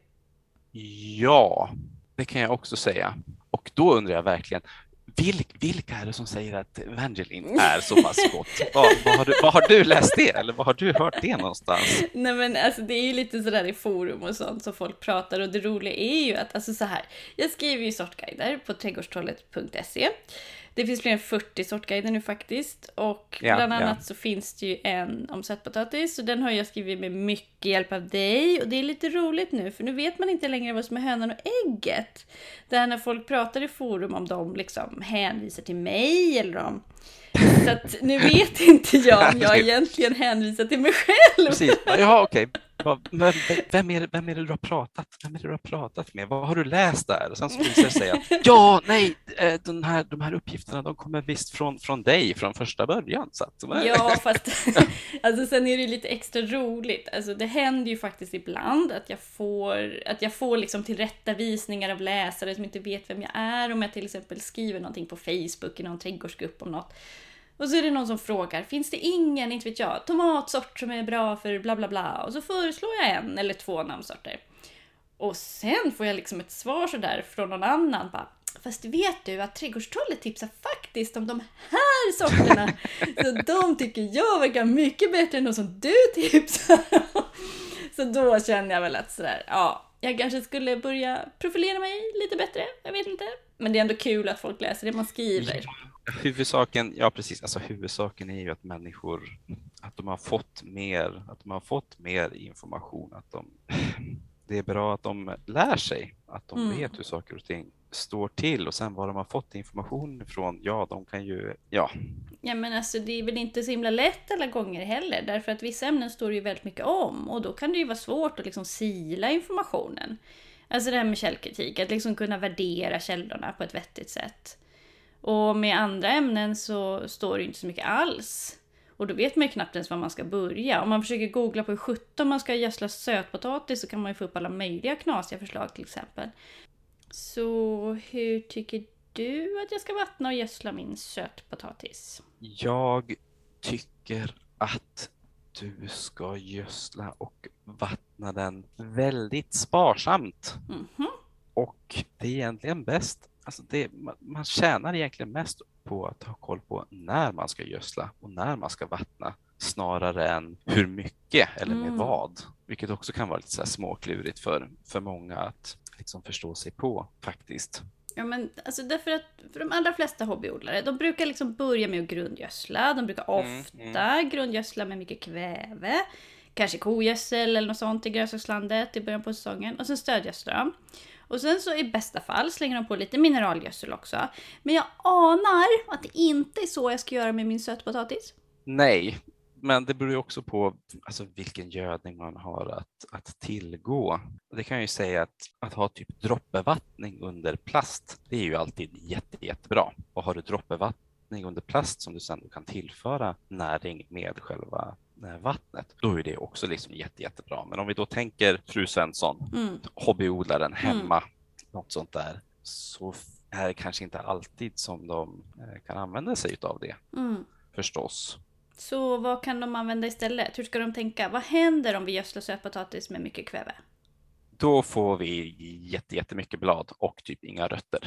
Ja, det kan jag också säga. Och då undrar jag verkligen, Vilk, vilka är det som säger att Evangeline är så pass gott? Vad, vad, har du, vad har du läst det? Eller vad har du hört det någonstans? Nej men alltså det är ju lite sådär i forum och sånt som folk pratar, och det roliga är ju att, alltså så här, jag skriver ju sortguider på trädgårdstrollet punkt se. Det finns fler än fyrtio sortguider nu faktiskt, och Ja, bland annat ja. så finns det ju en om sötpotatis, och den har jag skrivit med mycket hjälp av dig, och det är lite roligt nu för nu vet man inte längre vad som är hönan och ägget. Där när folk pratar i forum om de liksom hänvisar till mig eller om, så att nu vet inte jag om jag egentligen hänvisar till mig själv. Precis, ja okej. Vem, vem, är det, vem är det du har pratat Vem är det du har pratat med? Vad har du läst där? Och sen så visar det sig att ja, nej, den här, de här uppgifterna de kommer visst från, från dig från första början. Så att, ja, fast alltså, sen är det lite extra roligt. Alltså, det händer ju faktiskt ibland att jag får, att jag får liksom tillrättavisningar av läsare som inte vet vem jag är. Om jag till exempel skriver någonting på Facebook i någon trädgårdsgrupp om något. Och så är det någon som frågar, finns det ingen, inte vet jag, tomatsort som är bra för bla bla bla? Och så föreslår jag en eller två namnsorter. Och sen får jag liksom ett svar så där från någon annan. Bara, fast vet du att trädgårdstrollet tipsar faktiskt om de här sorterna. Så de tycker jag verkar mycket bättre än de som du tipsar. Så då känner jag väl att sådär, ja, jag kanske skulle börja profilera mig lite bättre. Jag vet inte. Men det är ändå kul att folk läser det man skriver. Huvudsaken, ja precis, alltså huvudsaken är ju att människor, att de har fått mer, att de har fått mer information, att de, det är bra att de lär sig, att de Mm. vet hur saker och ting står till, och sen var de har fått information ifrån, ja de kan ju, ja. Ja men alltså det är väl inte så himla lätt alla gånger heller, därför att vissa ämnen står det ju väldigt mycket om, och då kan det ju vara svårt att liksom sila informationen. Alltså det här med källkritik, att liksom kunna värdera källorna på ett vettigt sätt. Och med andra ämnen så står det inte så mycket alls. Och då vet man ju knappt ens var man ska börja. Om man försöker googla på hur sjutton man ska gödsla sötpotatis så kan man ju få upp alla möjliga knasiga förslag till exempel. Så hur tycker du att jag ska vattna och gödsla min sötpotatis? Jag tycker att du ska gödsla och vattna den väldigt sparsamt. Mhm. Och det är egentligen bäst, alltså det, man tjänar egentligen mest på att ha koll på när man ska gödsla och när man ska vattna snarare än hur mycket eller med Mm. vad. Vilket också kan vara lite så här småklurigt för, för många att liksom förstå sig på faktiskt. Ja, men alltså därför att för de allra flesta hobbyodlare, de brukar liksom börja med att grundgödsla. De brukar ofta Mm, grundgödsla med mycket kväve. Kanske kogödsel eller något sånt i grönsakslandet i början på säsongen. Och sen stödgödslar de. Och sen så i bästa fall slänger de på lite mineralgödsel också. Men jag anar att det inte är så jag ska göra med min sötpotatis. Nej, men det beror ju också på alltså, vilken gödning man har att, att tillgå. Det kan jag ju säga att, att ha typ droppbevattning under plast, det är ju alltid jätte, jättebra. Och har du droppbevattning under plast som du sedan kan tillföra näring med själva vattnet, då är det också liksom jätte, jättebra. Men om vi då tänker fru Svensson, Mm. hobbyodlaren hemma, mm. något sånt där, så är det kanske inte alltid som de kan använda sig av det, Mm. förstås. Så vad kan de använda istället? Hur ska de tänka? Vad händer om vi gödslar sötpotatis med mycket kväve? Då får vi jätte, jättemycket blad och typ inga rötter.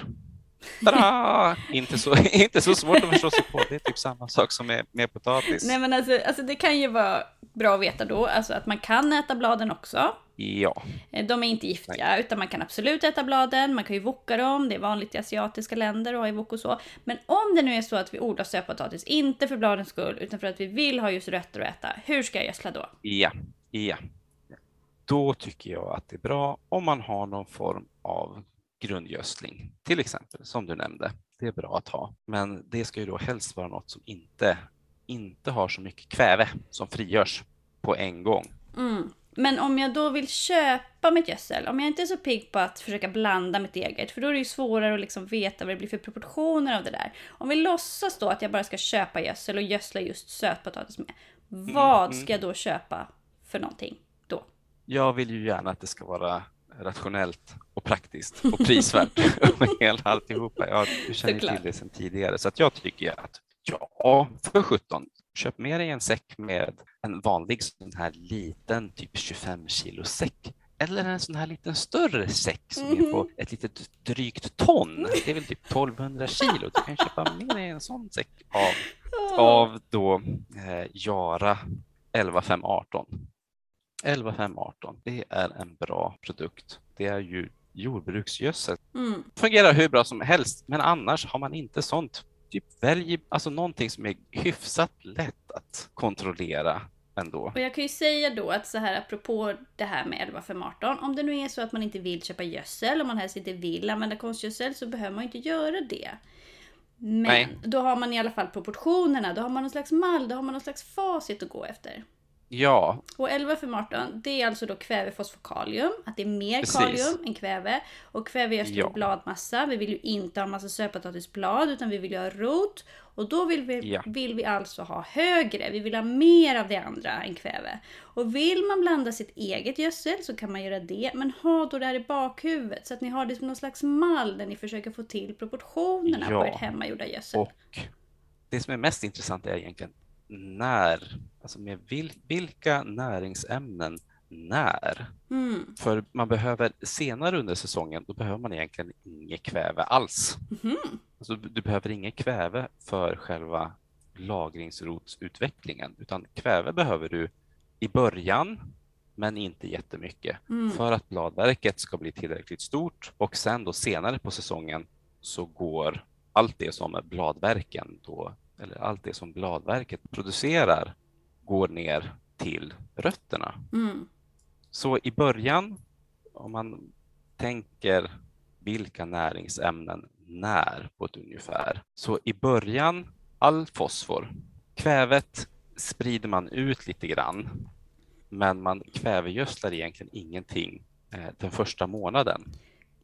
Tada! inte, så, inte så svårt att förstå sig på. Det är typ samma sak som med, med potatis. Nej, men alltså, alltså det kan ju vara bra att veta då. Alltså att man kan äta bladen också. Ja. De är inte giftiga, Nej. utan man kan absolut äta bladen. Man kan ju voka dem. Det är vanligt i asiatiska länder och ha i vok och så. Men om det nu är så att vi odlar sötpotatis, inte för bladens skull, utan för att vi vill ha just rötter att äta. Hur ska jag gödsla då? Ja, ja. Då tycker jag att det är bra om man har någon form av grundgödsling, till exempel, som du nämnde. Det är bra att ha. Men det ska ju då helst vara något som inte, inte har så mycket kväve som frigörs på en gång. Mm. Men om jag då vill köpa mitt gödsel, om jag inte är så pigg på att försöka blanda mitt eget, för då är det ju svårare att liksom veta vad det blir för proportioner av det där. Om vi låtsas då att jag bara ska köpa gödsel och gödsla just sötpotatis med, vad Mm, ska jag då köpa för någonting då? Jag vill ju gärna att det ska vara rationellt och praktiskt och prisvärt och hela alltihopa. Jag känner Såklart. till det sedan tidigare, så att jag tycker att ja, för sjutton, köp med dig en säck med en vanlig sån här liten typ tjugofem kilo säck. Eller en sån här liten större säck som är på ett litet drygt ton. Det är väl typ tolvhundra kilo. Du kan köpa med dig en sån säck av, av då eh, Jara elva fem arton. elva fem arton, det är en bra produkt. Det är ju jordbruksgödsel. Mm. Fungerar hur bra som helst, men annars har man inte sånt. Typ välj alltså någonting som är hyfsat lätt att kontrollera ändå. Och jag kan ju säga då att så här apropå det här med elva fem arton, om det nu är så att man inte vill köpa gödsel, om man helst inte vill använda konstgödsel, så behöver man inte göra det. Men Nej. då har man i alla fall proportionerna, då har man någon slags mall, då har man någon slags facit att gå efter. Ja, Och elva fem arton, det är alltså då kväve, fosfor, kalium. Att det är mer Precis. kalium än kväve. Och kväve gödslar Ja. bladmassa. Vi vill ju inte ha massa sötpotatisblad, utan vi vill ju ha rot. Och då vill vi, Ja. vill vi alltså ha högre. Vi vill ha mer av det andra än kväve. Och vill man blanda sitt eget gödsel så kan man göra det. Men ha då det här i bakhuvudet. Så att ni har det som någon slags mall där ni försöker få till proportionerna Ja. på ert hemmagjorda gödsel. och det som är mest intressant är egentligen när, alltså med vil, vilka näringsämnen när. Mm. För man behöver senare under säsongen, då behöver man egentligen inget kväve alls. Mhm. Alltså, du behöver inget kväve för själva lagringsrotsutvecklingen, utan kväve behöver du i början, men inte jättemycket, Mm. för att bladverket ska bli tillräckligt stort, och sen då senare på säsongen så går allt det som bladverken då, eller allt det som bladverket producerar går ner till rötterna. Mm. Så i början, om man tänker vilka näringsämnen när på ett ungefär, så i början all fosfor. Kvävet sprider man ut lite grann, men man kvävegödslar egentligen ingenting eh, den första månaden.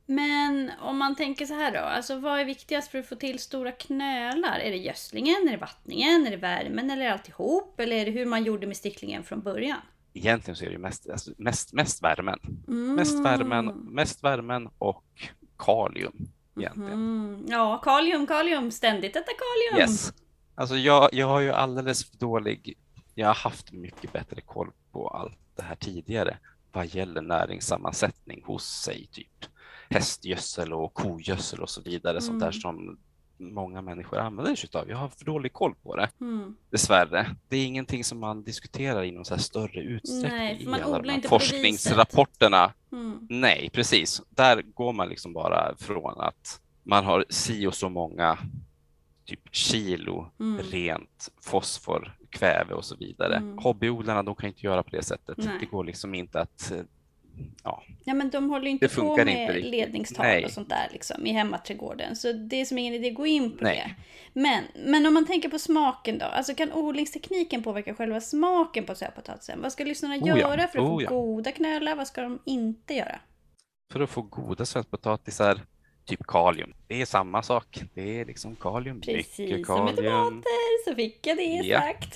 Men om man tänker så här då, alltså vad är viktigast för att få till stora knölar? Är det gödslingen, är det vattningen, är det värmen eller alltihop? Eller är det hur man gjorde med sticklingen från början? Egentligen så är det mest, alltså, mest, mest värmen. Mm. Mest värmen, mest värmen och kalium egentligen. Mm. Ja, kalium, kalium, ständigt äta kalium. Yes. Alltså jag, jag har ju alldeles för dålig, jag har haft mycket bättre koll på allt det här tidigare vad gäller näringssammansättning hos sig, typ hästgödsel och kogödsel och så vidare, mm. sånt där som många människor använder sig av. Jag har för dålig koll på det. Mm. Dessvärre. Det är ingenting som man diskuterar i någon så här större utsträckning. Nej, för man i alla odlar inte forskningsrapporterna. Mm. Nej, precis. Där går man liksom bara från att man har si och så många typ kilo mm. rent fosfor, kväve och så vidare. Mm. Hobbyodlarna, de kan inte göra på det sättet. Nej. Det går liksom inte att ja. Ja, men de håller inte på med inte ledningstal Nej. och sånt där liksom, i hemmaträdgården. Så det är som ingen idé att gå in på Nej. det. Men, men om man tänker på smaken då. Alltså kan odlingstekniken påverka själva smaken på sötpotatisen? Vad ska lyssnarna oh ja. göra för att oh få ja. goda knölar? Vad ska de inte göra? För att få goda sötpotatisar, typ kalium. Det är samma sak. Det är liksom kalium. Precis mycket som kalium. med tomater så fick jag det ja. sagt.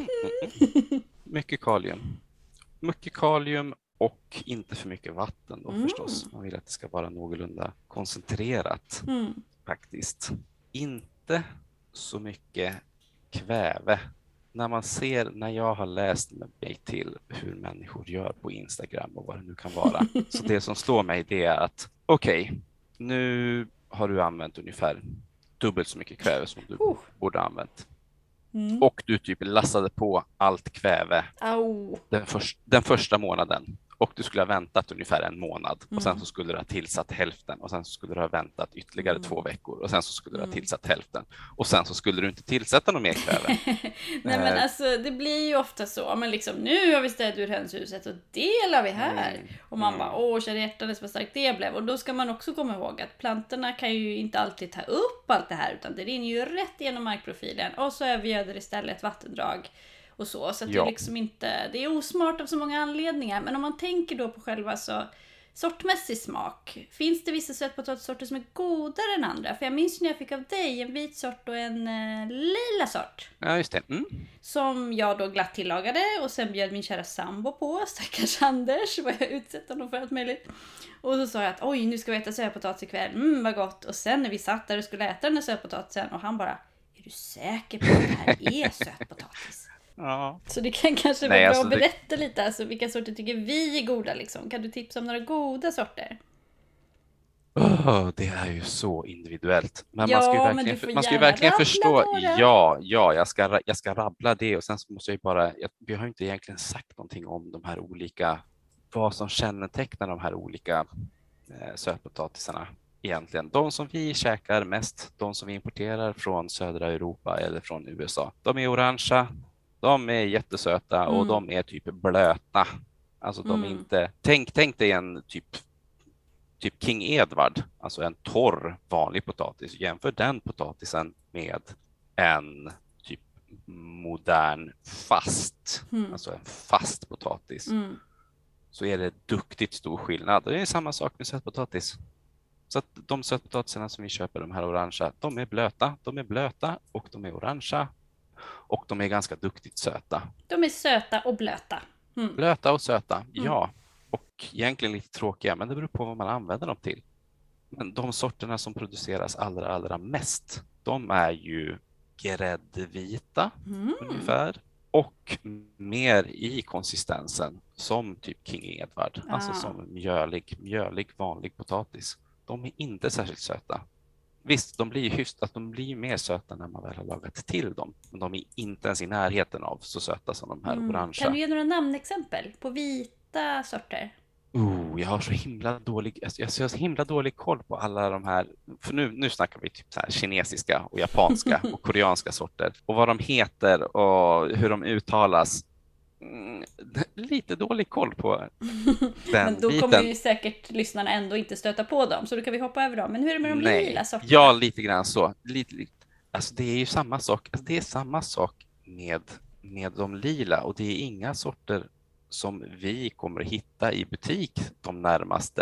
mycket kalium. Mycket kalium. Och inte för mycket vatten då mm. förstås. Man vill att det ska vara någorlunda koncentrerat mm. faktiskt. Inte så mycket kväve. När man ser, när jag har läst mig till hur människor gör på Instagram och vad det nu kan vara. Så det som slår mig det är att okej, okay, nu har du använt ungefär dubbelt så mycket kväve som du uh. borde ha använt. Mm. Och du typ lassade på allt kväve den, för, den första månaden. Och du skulle ha väntat ungefär en månad. Mm. Och sen så skulle du ha tillsatt hälften. Och sen så skulle du ha väntat ytterligare mm. två veckor. Och sen så skulle du ha tillsatt hälften. Och sen så skulle du inte tillsätta någon mer kväve. Nej men alltså det blir ju ofta så. Men liksom nu har vi städat ur hönshuset och det la vi här. Mm. Och man bara, åh kära hjärtanes vad starkt det blev. Och då ska man också komma ihåg att plantorna kan ju inte alltid ta upp allt det här. Utan det rinner ju rätt igenom markprofilen. Och så övergöder istället vattendrag. Och så, så att ja. det är liksom inte, det är osmart av så många anledningar. Men om man tänker då på själva så sortmässig smak. Finns det vissa sötpotatissorter som är godare än andra? För jag minns när jag fick av dig en vit sort och en eh, lila sort. Ja, just det. Mm. Som jag då glatt tillagade och sen bjöd min kära sambo på. Stackars Anders, vad jag utsett honom för allt möjligt. Och så sa jag att oj, nu ska vi äta sötpotatis ikväll. Mm, vad gott. Och sen när vi satt där och skulle äta den här sötpotatisen och han bara, är du säker på att det här är sötpotatis? Ja. Så det kan kanske Nej, vara alltså bra att det... berätta lite, alltså, vilka sorter tycker vi är goda liksom. Kan du tipsa om några goda sorter? Oh, det är ju så individuellt. Men ja, man ska ju verkligen, men man ska ju verkligen förstå. Några. Ja, ja jag, ska, jag ska rabbla det och sen så måste jag ju bara, jag, vi har ju inte egentligen sagt någonting om de här olika, vad som kännetecknar de här olika eh, sötpotatisarna egentligen. De som vi käkar mest, de som vi importerar från södra Europa eller från U S A, de är orangea. De är jättesöta mm. och de är typ blöta. Alltså de är mm. inte... Tänk, tänk dig en typ, typ King Edward, alltså en torr vanlig potatis. Jämför den potatisen med en typ modern fast, mm. alltså en fast potatis. Mm. Så är det duktigt stor skillnad. Det är samma sak med sötpotatis. Så att de sötpotatisarna som vi köper, de här orangea, de är blöta, de är blöta och de är orangea. Och de är ganska duktigt söta. De är söta och blöta. Mm. Blöta och söta, mm. ja. Och egentligen lite tråkiga, men det beror på vad man använder dem till. Men de sorterna som produceras allra, allra mest, de är ju gräddvita mm. ungefär. Och mer i konsistensen som typ King Edward. Ah. Alltså som mjölig, mjölig vanlig potatis. De är inte särskilt söta. Visst, de blir hyfsat, att de blir mer söta när man väl har lagat till dem. Men de är inte ens i närheten av så söta som de här mm. orangea. Kan du ge några namnexempel på vita sorter? Oh, jag har så himla dålig, jag har så himla dålig koll på alla de här. För nu, nu snackar vi typ så här kinesiska och japanska och koreanska sorter. Och vad de heter och hur de uttalas. Mm, lite dålig koll på den Men då biten. kommer ju säkert lyssnarna ändå inte stöta på dem, så då kan vi hoppa över dem. Men hur är det med de Nej. lila sorterna? Ja, lite grann så. Lite, lite. Alltså det är ju samma sak. Alltså det är samma sak med, med de lila och det är inga sorter som vi kommer att hitta i butik de närmaste,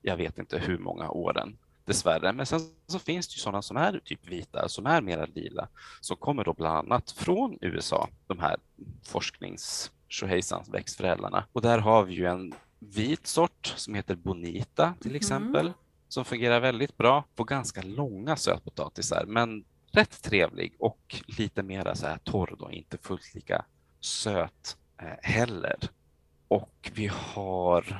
jag vet inte hur många åren. Dessvärre. Men sen så finns det ju sådana som är typ vita, som är mera lila, som kommer då bland annat från U S A, de här forsknings tjohejsans växtförädlarna. Och där har vi ju en vit sort som heter Bonita till exempel, mm. som fungerar väldigt bra på ganska långa sötpotatisar, men rätt trevlig och lite mera så här torr då, inte fullt lika söt eh, heller. Och vi har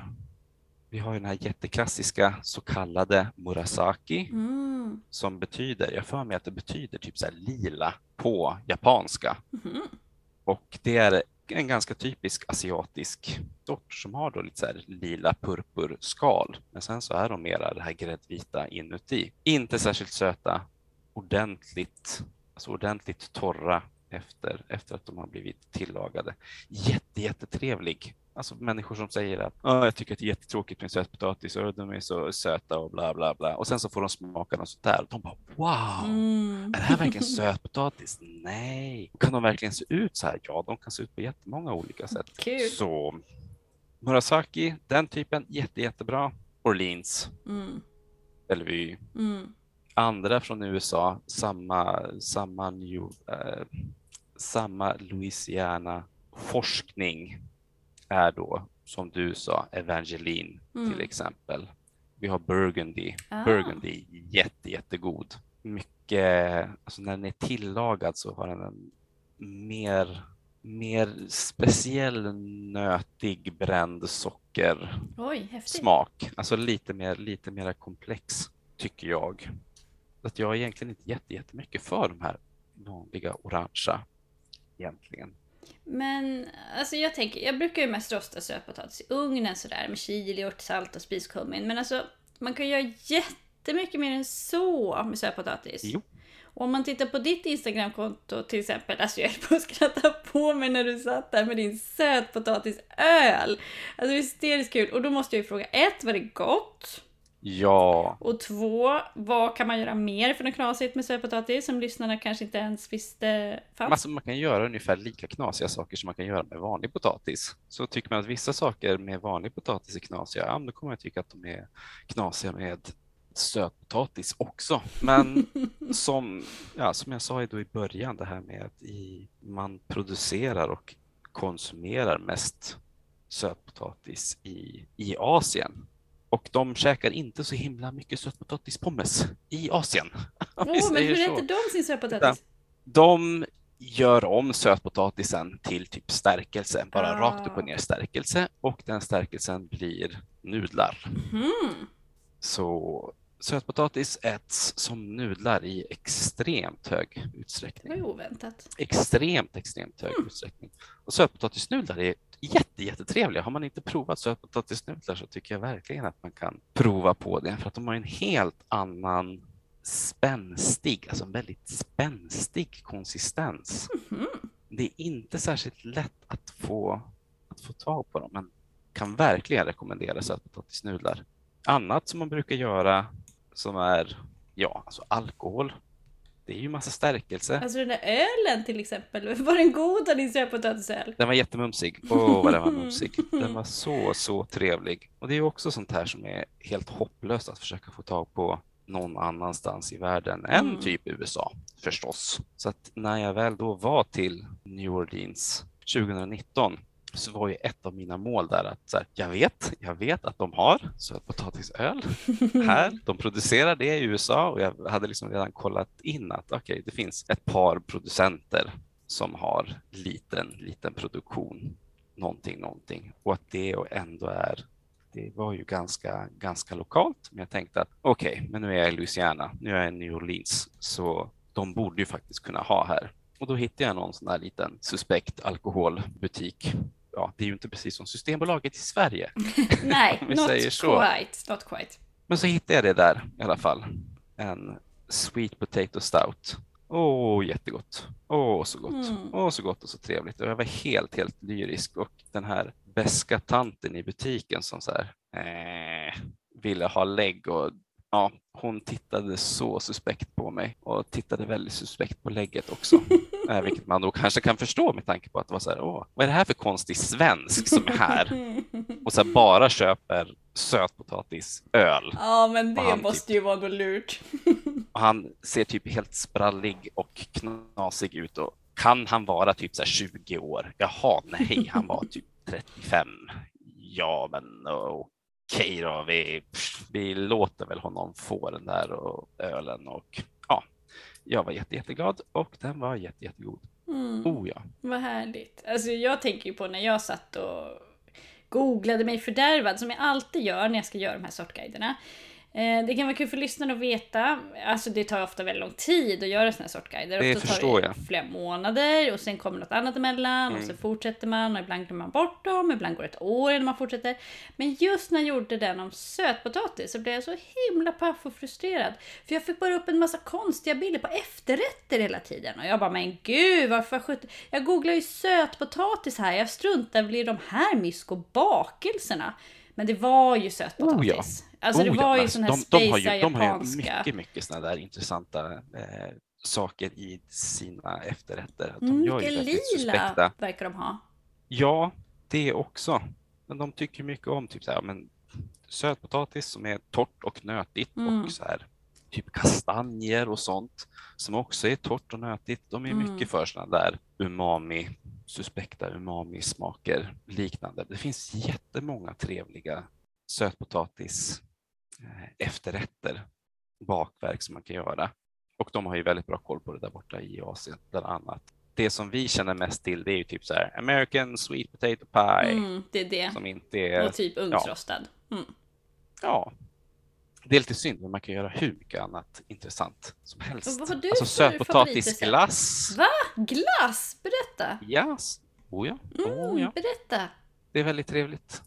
Vi har ju den här jätteklassiska så kallade Murasaki, mm. som betyder, jag för mig att det betyder typ så här lila på japanska. Mm. Och det är en ganska typisk asiatisk sort som har då lite så här lila purpurskal. Men sen så är de mera det här gräddvita inuti. Inte särskilt söta, ordentligt, alltså ordentligt torra efter, efter att de har blivit tillagade. Jätte, jättetrevlig. Alltså människor som säger att oh, jag tycker att det är jättetråkigt med sötpotatis och de är så söta och bla bla bla. Och sen så får de smaka något sånt där. Och de bara wow, mm. är det här verkligen sötpotatis? Nej. Kan de verkligen se ut så här? Ja, de kan se ut på jättemånga olika sätt. Kul. Så Murasaki, den typen, jätte, jättebra. Orleans, mm. Bellevue. Mm. Andra från U S A, samma, samma, New, eh, samma Louisiana forskning är då, som du sa, Evangeline mm. till exempel. Vi har Burgundy. Ah. Burgundy, jätte, jättegod. Mycket, alltså när den är tillagad så har den en mer, mer speciell nötig bränd socker Oj, häftigt. Smak. Alltså lite mer, lite mer komplex tycker jag. Att jag är egentligen inte jätte, jättemycket för de här vanliga orangea egentligen. Men alltså jag tänker, jag brukar ju mest rosta sötpotatis i ugnen sådär med chili, örtsalt och spiskummin. Men alltså man kan göra jättemycket mer än så med sötpotatis. Jo. Och om man tittar på ditt Instagramkonto till exempel, alltså jag är på att skratta på mig när du satt där med din sötpotatisöl. Alltså hysteriskt kul. Och då måste jag ju fråga, ett, var det gott? Ja. Och två, vad kan man göra mer för något knasigt med sötpotatis som lyssnarna kanske inte ens visste fanns? Alltså man kan göra ungefär lika knasiga saker som man kan göra med vanlig potatis. Så tycker man att vissa saker med vanlig potatis är knasiga, ja, då kommer jag tycka att de är knasiga med sötpotatis också. Men som, ja, som jag sa då i början, det här med att i, man producerar och konsumerar mest sötpotatis i, i Asien. Och de käkar inte så himla mycket sötpotatispommes i Asien. Åh, oh, men hur äter de sin sötpotatis? De gör om sötpotatisen till typ stärkelse. Bara ah. rakt upp och ner stärkelse. Och den stärkelsen blir nudlar. Mm. Så sötpotatis äts som nudlar i extremt hög utsträckning. Det var oväntat. Extremt, extremt hög mm. utsträckning. Och sötpotatisnudlar är jätte, jättetrevliga. Har man inte provat sötpotatisnudlar så tycker jag verkligen att man kan prova på det. För att de har en helt annan spänstig, alltså en väldigt spänstig konsistens. Mm-hmm. Det är inte särskilt lätt att få, att få tag på dem, men kan verkligen rekommendera sötpotatisnudlar. Annat som man brukar göra som är, ja, alltså alkohol. Det är ju massa stärkelse. Alltså den där ölen till exempel, var den god av din sötpotatisöl? Den var jättemumsig. Åh, oh, vad den var mumsig. Den var så, så trevlig. Och det är också sånt här som är helt hopplöst att försöka få tag på någon annanstans i världen än mm. typ U S A, förstås. Så att när jag väl då var till New Orleans tjugonitton så var ju ett av mina mål där att så här, jag vet, jag vet att de har sötpotatisöl här. De producerar det i U S A och jag hade liksom redan kollat in att okej, okay, det finns ett par producenter som har liten, liten produktion, någonting, någonting. Och att det ändå är, det var ju ganska, ganska lokalt. Men jag tänkte att okej, okay, men nu är jag i Louisiana, nu är jag i New Orleans, så de borde ju faktiskt kunna ha här. Och då hittade jag någon sån här liten suspekt alkoholbutik. Ja, det är ju inte precis som Systembolaget i Sverige. Nej, not säger så. quite, not quite. Men så hittade jag det där i alla fall. En sweet potato stout. Åh, oh, jättegott. Åh, oh, så gott. Åh, mm. oh, så gott och så trevligt. Och jag var helt, helt lyrisk. Och den här beska tanten i butiken som så här eh, ville ha lägg och ja, hon tittade så suspekt på mig och tittade väldigt suspekt på lägget också. Eh, vilket man då kanske kan förstå med tanke på att det var så här, åh, vad är det här för konstig svensk som är här och så här bara köper sötpotatisöl. Ja, men det han måste typ- ju vara något lurt. Och han ser typ helt sprallig och knasig ut och kan han vara typ så här tjugo år? Jaha, nej, han var typ trettiofem. Ja, men okej då, vi, vi låter väl honom få den där och ölen och ja, jag var jätte, jätteglad och den var jätte, jättegod. Mm. Oh ja. Vad härligt. Alltså jag tänker ju på när jag satt och googlade mig fördärvad, som jag alltid gör när jag ska göra de här sortguiderna. Eh, det kan vara kul för lyssnarna att veta. Alltså det tar ofta väldigt lång tid att göra såna här sortguider. Det ofta förstår tar det jag. flera månader och sen kommer något annat emellan Mm. och så fortsätter man och ibland glömmer man bort dem, ibland går det ett år innan man fortsätter. Men just när jag gjorde den om sötpotatis så blev jag så himla paff och frustrerad. För jag fick bara upp en massa konstiga bilder på efterrätter hela tiden. Och jag bara, men gud, varför skjut... Jag googlar ju sötpotatis här, jag struntar väl i de här mysko bakelserna. Men det var ju sötpotatis. Oh ja. Alltså det Oh, var ja, ju sån här de, de, har spacea ju, de har ju japanska. mycket, mycket sådana där intressanta eh, saker i sina efterrätter. De Mm, gör ju mycket väldigt lila suspekta. verkar de ha. Ja, det också. Men de tycker mycket om typ så här, men sötpotatis som är torrt och nötigt Mm. och så här typ kastanjer och sånt som också är torrt och nötigt. De är Mm. mycket för sådana där umami, suspekta umami-smaker liknande. Det finns jättemånga trevliga sötpotatis eh, efterrätter, bakverk som man kan göra. Och de har ju väldigt bra koll på det där borta i Asien bland annat. Det som vi känner mest till det är ju typ så här American sweet potato pie Mm, det är det. som inte är Och typ ugnsrostad. Mm. ja. Det är lite synd men man kan göra hur mycket annat intressant som helst. Vad har du alltså för sötpotatisglass. Va? Glass? Berätta. Yes. Oh ja. Mm, Oh ja. berätta. Det är väldigt trevligt.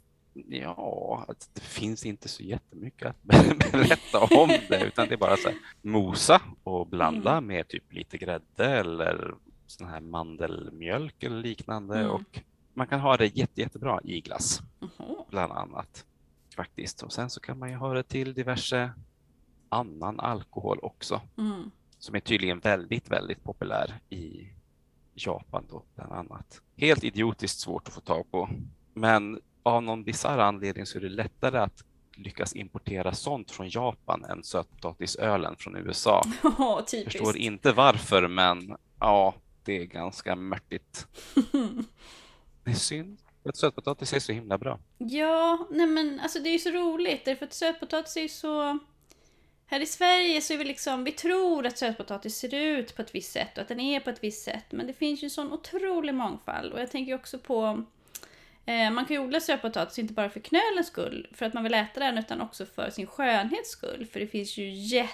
Ja, att det finns inte så jättemycket att berätta om det utan det är bara så här mosa och blanda Mm. med typ lite grädde eller sån här mandelmjölk eller liknande Mm. och man kan ha det jätte, jättebra i glass Jaha. bland annat faktiskt och sen så kan man ju ha det till diverse annan alkohol också Mm. som är tydligen väldigt, väldigt populär i Japan då bland annat. Helt idiotiskt svårt att få tag på men av någon bizarr anledning så är det lättare att lyckas importera sånt från Japan än sötpotatisölen från U S A. Ja, typiskt. Förstår inte varför, men ja, det är ganska mörtigt. Det är synd. Att sötpotatis är så himla bra. Ja, nej men alltså det är ju så roligt. Därför att sötpotatis är ju så... Här i Sverige så är vi liksom... Vi tror att sötpotatis ser ut på ett visst sätt och att den är på ett visst sätt. Men det finns ju en sån otrolig mångfald. Och jag tänker också på... Eh, man kan ju odla sötpotatis inte bara för knölens skull, för att man vill äta den, utan också för sin skönhets skull. För det finns ju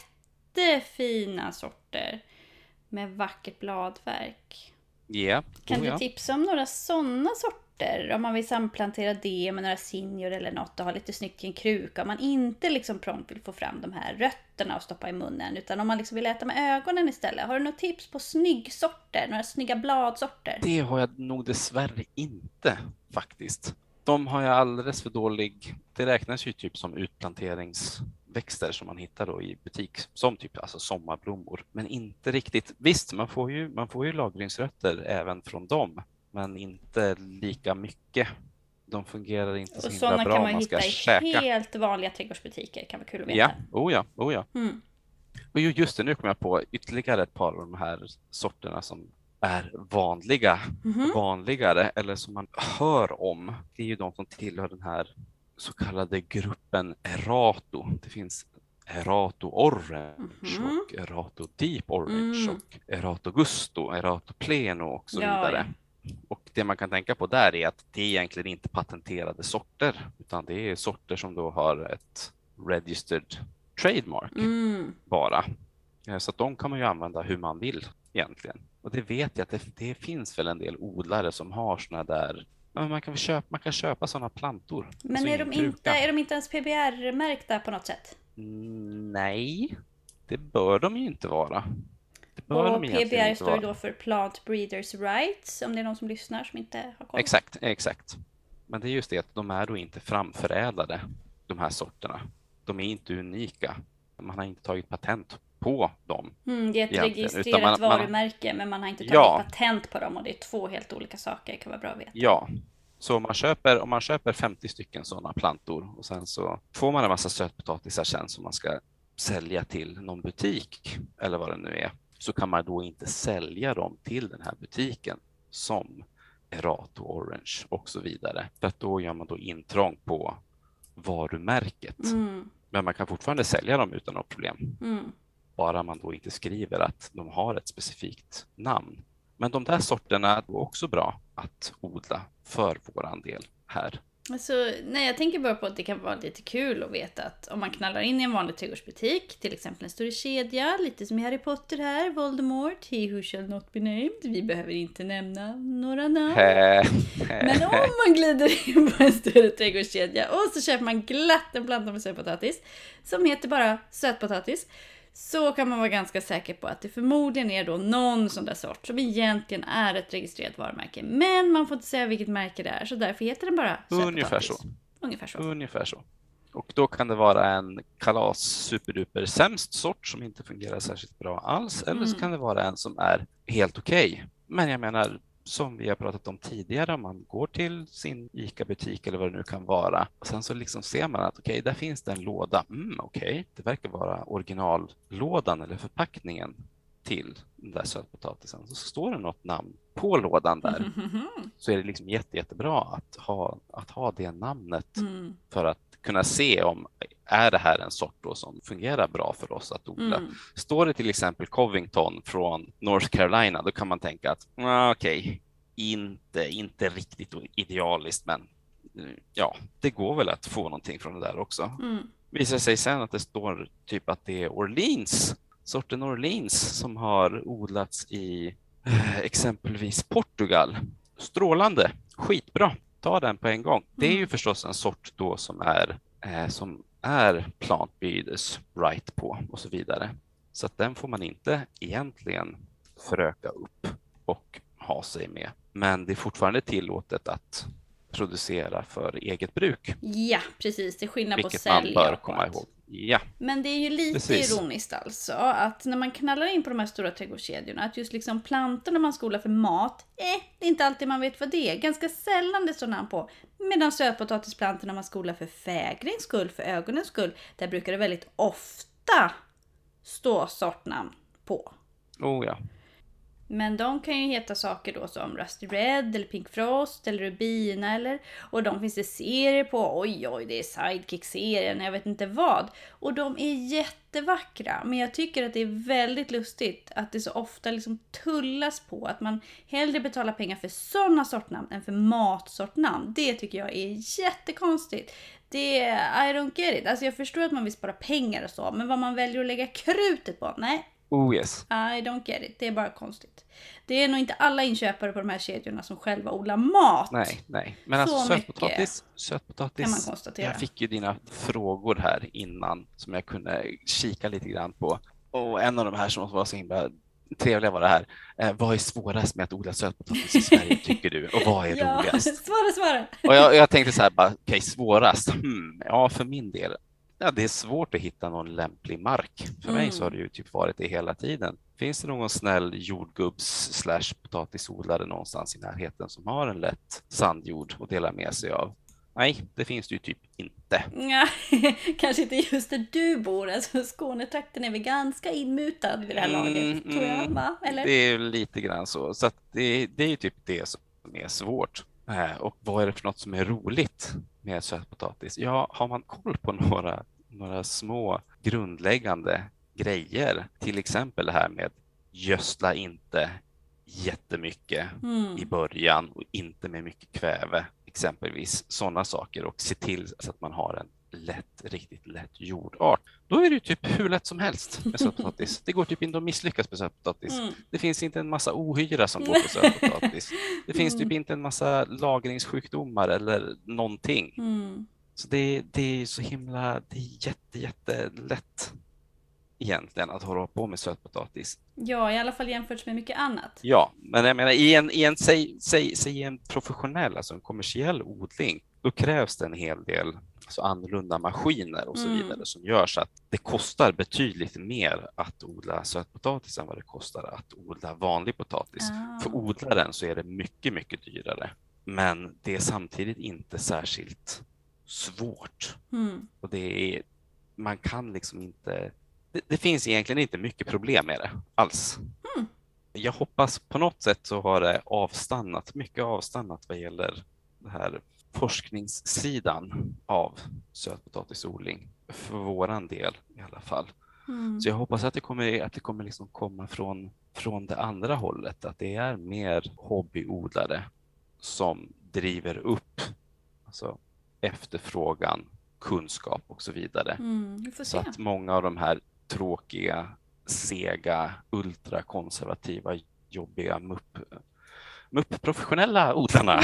jättefina sorter med vackert bladverk. Ja, yeah. Kan oh, du ja. tipsa om några sådana sorter? Om man vill samplantera det med några sinjor eller något och ha lite snyggt i en kruka. Om man inte liksom prompt vill få fram de här rötterna och stoppa i munnen, utan om man liksom vill äta med ögonen istället. Har du något tips på snyggsorter? Några snygga bladsorter? Det har jag nog dessvärre inte faktiskt. De har jag alldeles för dålig... Det räknas ju typ som utplanteringsväxter som man hittar då i butik. Som typ alltså sommarblommor. Men inte riktigt. Visst, man får ju, man får ju lagringsrötter även från dem. Men inte lika mycket. De fungerar inte så Och himla sådana bra kan om man man hitta ska i käka. helt vanliga trädgårdsbutiker. Kan vara kul att veta. Ja, oh ja, oh ja. Mm. Och ju- just det, nu kommer jag på ytterligare ett par av de här sorterna som är vanliga, Mhm. vanligare eller som man hör om. Det är ju de som tillhör den här så kallade gruppen Erato. Det finns Erato Orange Mhm. och Erato Deep Orange Mm. och Erato Gusto, Erato Pleno och så Ja, vidare. Och det man kan tänka på där är att det är egentligen inte patenterade sorter utan det är sorter som då har ett registered trademark Mm. bara. Eh, Så att de kan man ju använda hur man vill egentligen. Och det vet jag att det, det finns väl en del odlare som har såna där, ja, men man kan väl köpa, man kan köpa sådana plantor. Men alltså är i de, en inte, kruka. är de inte ens P B R-märkta på något sätt? Mm, nej, det bör de ju inte vara. Det bör Och de P egentligen B R inte står ju vara. då för Plant Breeders Rights, om det är någon som lyssnar som inte har koll. Exakt, exakt. Men det är just det att de är då inte framförädlade, de här sorterna. De är inte unika. Man har inte tagit patent på dem. Mm, det är ett egentligen. registrerat man, man, varumärke, men man har inte tagit ja, patent på dem och det är två helt olika saker. Det kan vara bra att veta. Ja, så om man köper, om man köper femtio stycken sådana plantor och sen så får man en massa sötpotatisar sen som man ska sälja till någon butik eller vad det nu är, så kan man då inte sälja dem till den här butiken som Erato, Orange och så vidare. För att då gör man då intrång på varumärket. Mm. Men man kan fortfarande sälja dem utan något problem. Mm. Bara man då inte skriver att de har ett specifikt namn. Men de där sorterna är också bra att odla för våran del här. Alltså, nej, jag tänker bara på att det kan vara lite kul att veta att om man knallar in i en vanlig trädgårdsbutik, till exempel en större kedja, lite som i Harry Potter här, Voldemort, he who shall not be named, vi behöver inte nämna några namn. Men om man glider in på en större trädgårdskedja och så köper man glatt en planta med sötpotatis som heter bara sötpotatis, så kan man vara ganska säker på att det förmodligen är då någon sån där sort som egentligen är ett registrerat varumärke. Men man får inte säga vilket märke det är, så därför heter den bara sötpotatis. Ungefär så. Ungefär så. Ungefär så. Och då kan det vara en kalas superduper sämst sort som inte fungerar särskilt bra alls. Eller Mm. så kan det vara en som är helt okej. Okay. Men jag menar, som vi har pratat om tidigare, om man går till sin ICA-butik eller vad det nu kan vara. Och sen så liksom ser man att okej, okay, där finns det en låda. Mm, okej, okay. Det verkar vara originallådan eller förpackningen till den där sötpotatisen. Så står det något namn på lådan där. Mm-hmm. Så är det liksom jätte, jättebra att ha, att ha det namnet Mm. för att kunna se om är det här en sort då som fungerar bra för oss att odla. Mm. Står det till exempel Covington från North Carolina, då kan man tänka att ah, okej, okay, inte, inte riktigt idealiskt, men ja, det går väl att få någonting från det där också. Mm. Visar sig sen att det står typ att det är Orleans, sorten Orleans som har odlats i eh, exempelvis Portugal. Strålande, skitbra. Ta den på en gång. Det är ju förstås en sort då som är, eh, som är plant breeders right på och så vidare. Så att den får man inte egentligen föröka upp och ha sig med. Men det är fortfarande tillåtet att producera för eget bruk. Ja, precis. Det är skillnad på Vilket sälja. man bör och komma att- ihåg. Ja, Men det är ju lite Precis. ironiskt alltså att när man knallar in på de här stora trädgårdskedjorna, att just liksom plantorna man skolar för mat, eh, det är inte alltid man vet vad det är. Ganska sällan det står namn på. Medan sötpotatisplantorna man skolar för fägrings skull, för ögonens skull, där brukar det väldigt ofta stå sortnamn på. oh ja. Men de kan ju heta saker då som Rusty Red eller Pink Frost eller Rubina eller, och de finns det serier på. Oj oj, det är Sidekick-serien, jag vet inte vad. Och de är jättevackra, men jag tycker att det är väldigt lustigt att det så ofta liksom tullas på att man hellre betalar pengar för sådana sortnamn än för matsortnamn. Det tycker jag är jättekonstigt. Det är, I don't get it. Alltså jag förstår att man vill spara pengar och så, men vad man väljer att lägga krutet på, nej. Oh yes. I don't get it. Det är bara konstigt. Det är nog inte alla inköpare på de här kedjorna som själva odlar mat. Nej, nej. Men Så alltså mycket sötpotatis, sötpotatis. kan man konstatera. Jag fick ju dina frågor här innan som jag kunde kika lite grann på. Och en av de här som var så himla trevliga var det här. Eh, vad är svårast med att odla sötpotatis i Sverige tycker du? Och vad är Ja, roligast? svara, svara. Och jag, jag tänkte så här bara, okej, okay, svårast. Hmm, ja, för min del. Ja, det är svårt att hitta någon lämplig mark. För Mm. mig så har det ju typ varit det hela tiden. Finns det någon snäll jordgubbs slash potatisodlare någonstans i närheten som har en lätt sandjord att dela med sig av? Nej, det finns det ju typ inte. Ja, kanske inte just där du bor. Alltså Skånetrakten är väl ganska inmutad vid det här laget, Mm, tror jag, mm. va? Eller? Det är lite grann så. Så att det, det är ju typ det som är svårt. Eh, Och vad är det för något som är roligt med sötpotatis? Ja, har man koll på några, några små grundläggande grejer, till exempel det här med gödsla inte jättemycket Mm. i början och inte med mycket kväve, exempelvis sådana saker, och se till så att man har en lätt, riktigt lätt jordart. Då är det ju typ hur lätt som helst med sötpotatis. Det går typ inte att misslyckas med sötpotatis. Mm. Det finns inte en massa ohyra som går på sötpotatis. Det finns typ inte en massa lagringssjukdomar eller någonting. Mm. Så det, det är så himla, det är jätte, jätte lätt egentligen att hålla på med sötpotatis. Ja, i alla fall jämfört med mycket annat. Ja, men jag menar i en, i en säg, säg, säg en professionell, alltså en kommersiell odling, då krävs det en hel del alltså annorlunda maskiner och så Mm. vidare som gör så att det kostar betydligt mer att odla sötpotatis än vad det kostar att odla vanlig potatis. Ah. För odlaren så är det mycket, mycket dyrare. Men det är samtidigt inte särskilt svårt. Mm. Och det är, man kan liksom inte, det, det finns egentligen inte mycket problem med det alls. Mm. Jag hoppas på något sätt så har det avstannat, mycket avstannat vad gäller det här forskningssidan av sötpotatisodling för våran del i alla fall. Mm. Så jag hoppas att det kommer, att det kommer liksom komma från, från det andra hållet, att det är mer hobbyodlare som driver upp alltså efterfrågan, kunskap och så vidare. Mm. Vi får Så se. att många av de här tråkiga, sega, ultrakonservativa, jobbiga mupp, mupp-professionella odlarna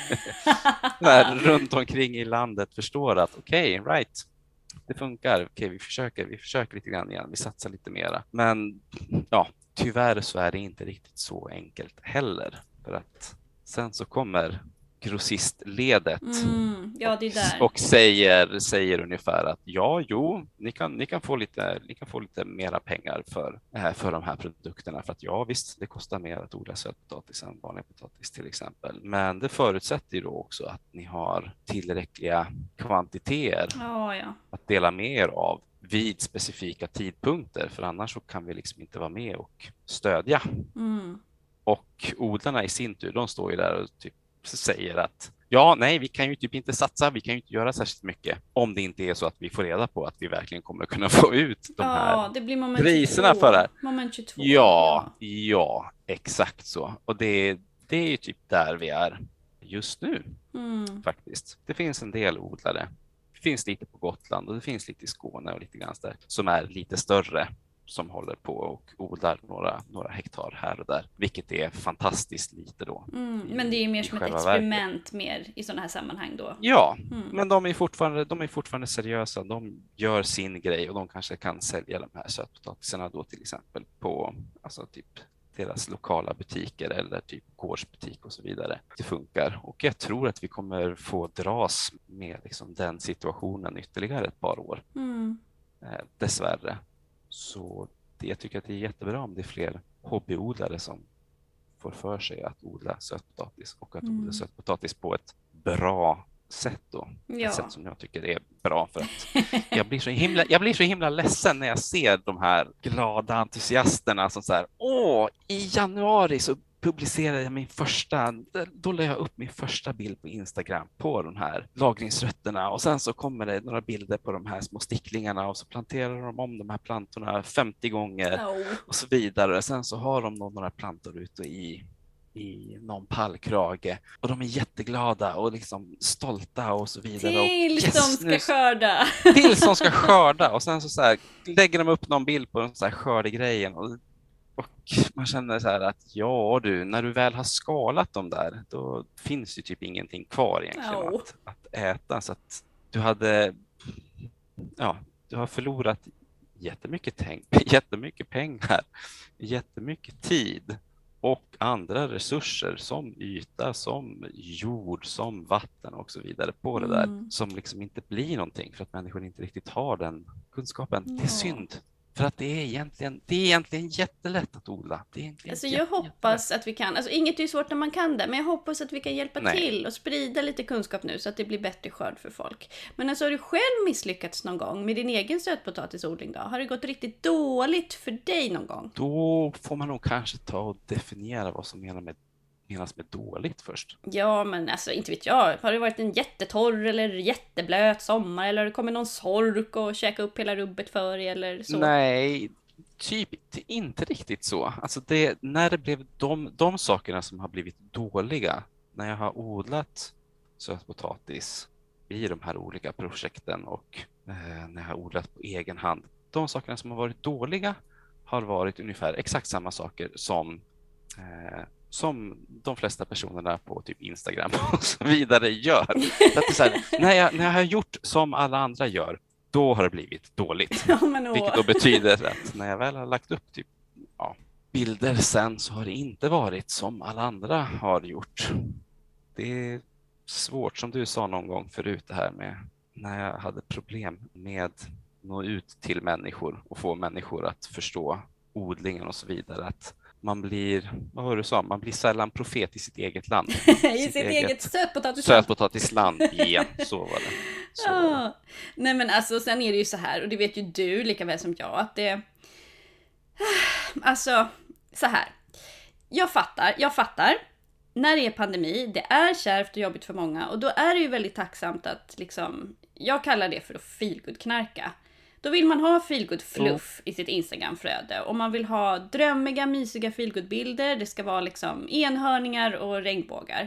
där runt omkring i landet förstår att okej, okay, right, det funkar. Okej, okay, vi försöker, vi försöker lite grann igen, vi satsar lite mera. Men ja, tyvärr så är det inte riktigt så enkelt heller. För att sen så kommer grossistledet Mm. Ja, det är där. och säger, säger ungefär att ja, jo, ni kan, ni kan få lite, ni kan få lite mera pengar för, för de här produkterna. För att ja, visst, det kostar mer att odla sötpotatis än vanlig potatis till exempel. Men det förutsätter ju då också att ni har tillräckliga kvantiteter Ja, ja. att dela med er av vid specifika tidpunkter. För annars så kan vi liksom inte vara med och stödja. Mm. Och odlarna i sin tur, de står ju där och typ säger att ja, nej, vi kan ju typ inte satsa, vi kan ju inte göra särskilt mycket om det inte är så att vi får reda på att vi verkligen kommer kunna få ut de här Ja, det blir moment priserna tjugotvå. för det här. Moment tjugotvå. Ja, ja, exakt så. Och det, det är ju typ där vi är just nu Mm. faktiskt. Det finns en del odlare. Det finns lite på Gotland och det finns lite i Skåne och lite grann där som är lite större, som håller på och odlar några, några hektar här och där, vilket är fantastiskt lite då. Mm. Men det är ju mer i som ett själva experiment verket. mer i sådana här sammanhang då. Ja, Mm. men de är, fortfarande, de är fortfarande seriösa. De gör sin grej och de kanske kan sälja de här sötpotatisarna då till exempel på alltså typ deras lokala butiker eller typ gårdsbutik och så vidare. Det funkar och jag tror att vi kommer få dras med liksom den situationen ytterligare ett par år. Mm. Eh, dessvärre. Så det, jag tycker att det är jättebra om det är fler hobbyodlare som får för sig att odla sötpotatis och att Mm. odla sötpotatis på ett bra sätt då. Ja. Ett sätt som jag tycker är bra för att jag blir så himla, jag blir så himla ledsen när jag ser de här glada entusiasterna som så här, åh, i januari så publicerade jag min första, då la jag upp min första bild på Instagram på de här lagringsrötterna och sen så kommer det några bilder på de här små sticklingarna och så planterar de om de här plantorna femtio gånger Oh. och så vidare. Sen så har de några plantor ute i, i någon pallkrage och de är jätteglada och liksom stolta och så vidare. Tills och, de yes, ska nu, skörda. tills de ska skörda och sen så, så här, lägger de upp någon bild på den så här skördegrejen och Och man känner så här att ja du, när du väl har skalat dem där, då finns ju typ ingenting kvar egentligen Oh. att, att äta. Så att du hade, ja, du har förlorat jättemycket, tänk, jättemycket pengar, jättemycket tid och andra resurser som yta, som jord, som vatten och så vidare på det där Mm. som liksom inte blir någonting för att människor inte riktigt har den kunskapen. Det Ja. är synd. För att det är egentligen, det är egentligen jättelätt att odla. Det är egentligen Alltså jätte, jag hoppas att vi kan, alltså inget är ju svårt när man kan det, men jag hoppas att vi kan hjälpa Nej. till och sprida lite kunskap nu så att det blir bättre skörd för folk. Men alltså har du själv misslyckats någon gång med din egen sötpotatisodling då? Har det gått riktigt dåligt för dig någon gång? Då får man nog kanske ta och definiera vad som menas med, menas med dåligt först. Ja, men alltså inte vet jag. Har det varit en jättetorr eller jätteblöt sommar eller har det kommit någon sork och käka upp hela rubbet för dig eller så? Nej, typ inte riktigt så. Alltså det, när det blev de, de sakerna som har blivit dåliga, när jag har odlat sötpotatis i de här olika projekten och eh, när jag har odlat på egen hand, de sakerna som har varit dåliga har varit ungefär exakt samma saker som eh, som de flesta personerna på typ Instagram och så vidare gör. Så att det är så här, när, jag, när jag har gjort som alla andra gör, då har det blivit dåligt. Ja, men åh. Vilket då betyder att när jag väl har lagt upp typ, ja, bilder sen så har det inte varit som alla andra har gjort. Det är svårt, som du sa någon gång förut, det här med när jag hade problem med att nå ut till människor och få människor att förstå odlingen och så vidare, att man blir, vad var det du sa, man blir sällan profet i sitt eget land. I sitt, sitt eget, eget sötpotatisland. Sötpotatisland, igen, så var det. Så. Ja. Nej men alltså sen är det ju så här, och det vet ju du lika väl som jag, att det, alltså så här, jag fattar, jag fattar, när det är pandemi, det är kärvt och jobbigt för många, och då är det ju väldigt tacksamt att liksom, jag kallar det för att feelgood-knarka. Då vill man ha feelgood-fluff mm. i sitt Instagram-flöde. Och man vill ha drömmiga, mysiga feelgood-bilder. Det ska vara liksom enhörningar och regnbågar.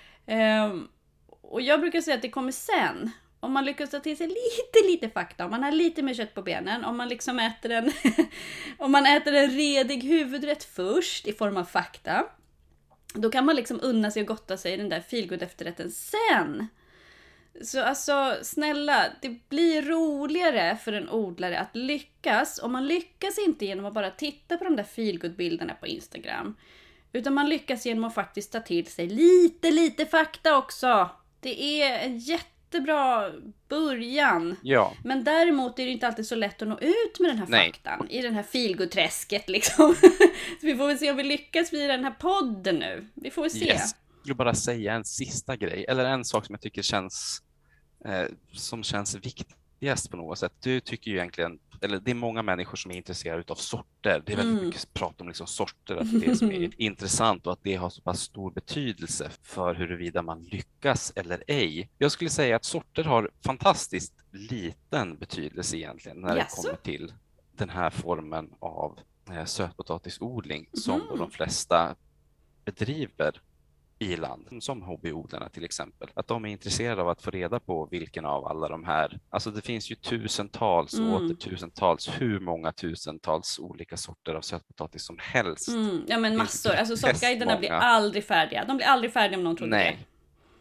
Um, och jag brukar säga att det kommer sen. Om man lyckas ta till sig lite, lite fakta. Om man har lite mer kött på benen. Om man liksom äter en, om man äter en redig huvudrätt först i form av fakta. Då kan man liksom unna sig och gotta sig i den där feelgood-efterrätten sen. Så alltså, snälla, det blir roligare för en odlare att lyckas. Och man lyckas inte genom att bara titta på de där feelgood-bilderna på Instagram. Utan man lyckas genom att faktiskt ta till sig lite, lite fakta också. Det är en jättebra början. Ja. Men däremot är det inte alltid så lätt att nå ut med den här Nej. faktan. I den här feelgood-träsket liksom. Så vi får väl se om vi lyckas via den här podden nu. Vi får väl se. Yes. Jag vill bara säga en sista grej, eller en sak som jag tycker känns eh, som känns viktigast på något sätt. Du tycker ju egentligen, eller det är många människor som är intresserade av sorter. Det är väldigt mm. mycket prat om liksom sorter, att det är som är intressant och att det har så pass stor betydelse för huruvida man lyckas eller ej. Jag skulle säga att sorter har fantastiskt liten betydelse egentligen när yes. det kommer till den här formen av eh, sötpotatisodling mm. som då de flesta bedriver i land, som hobbyodlarna till exempel. Att de är intresserade av att få reda på vilken av alla de här, alltså det finns ju tusentals och mm. åter tusentals, hur många tusentals olika sorter av sötpotatis som helst. Mm. Ja men massor, alltså sortguiderna blir aldrig färdiga. De blir aldrig färdiga om någon tror Nej. det.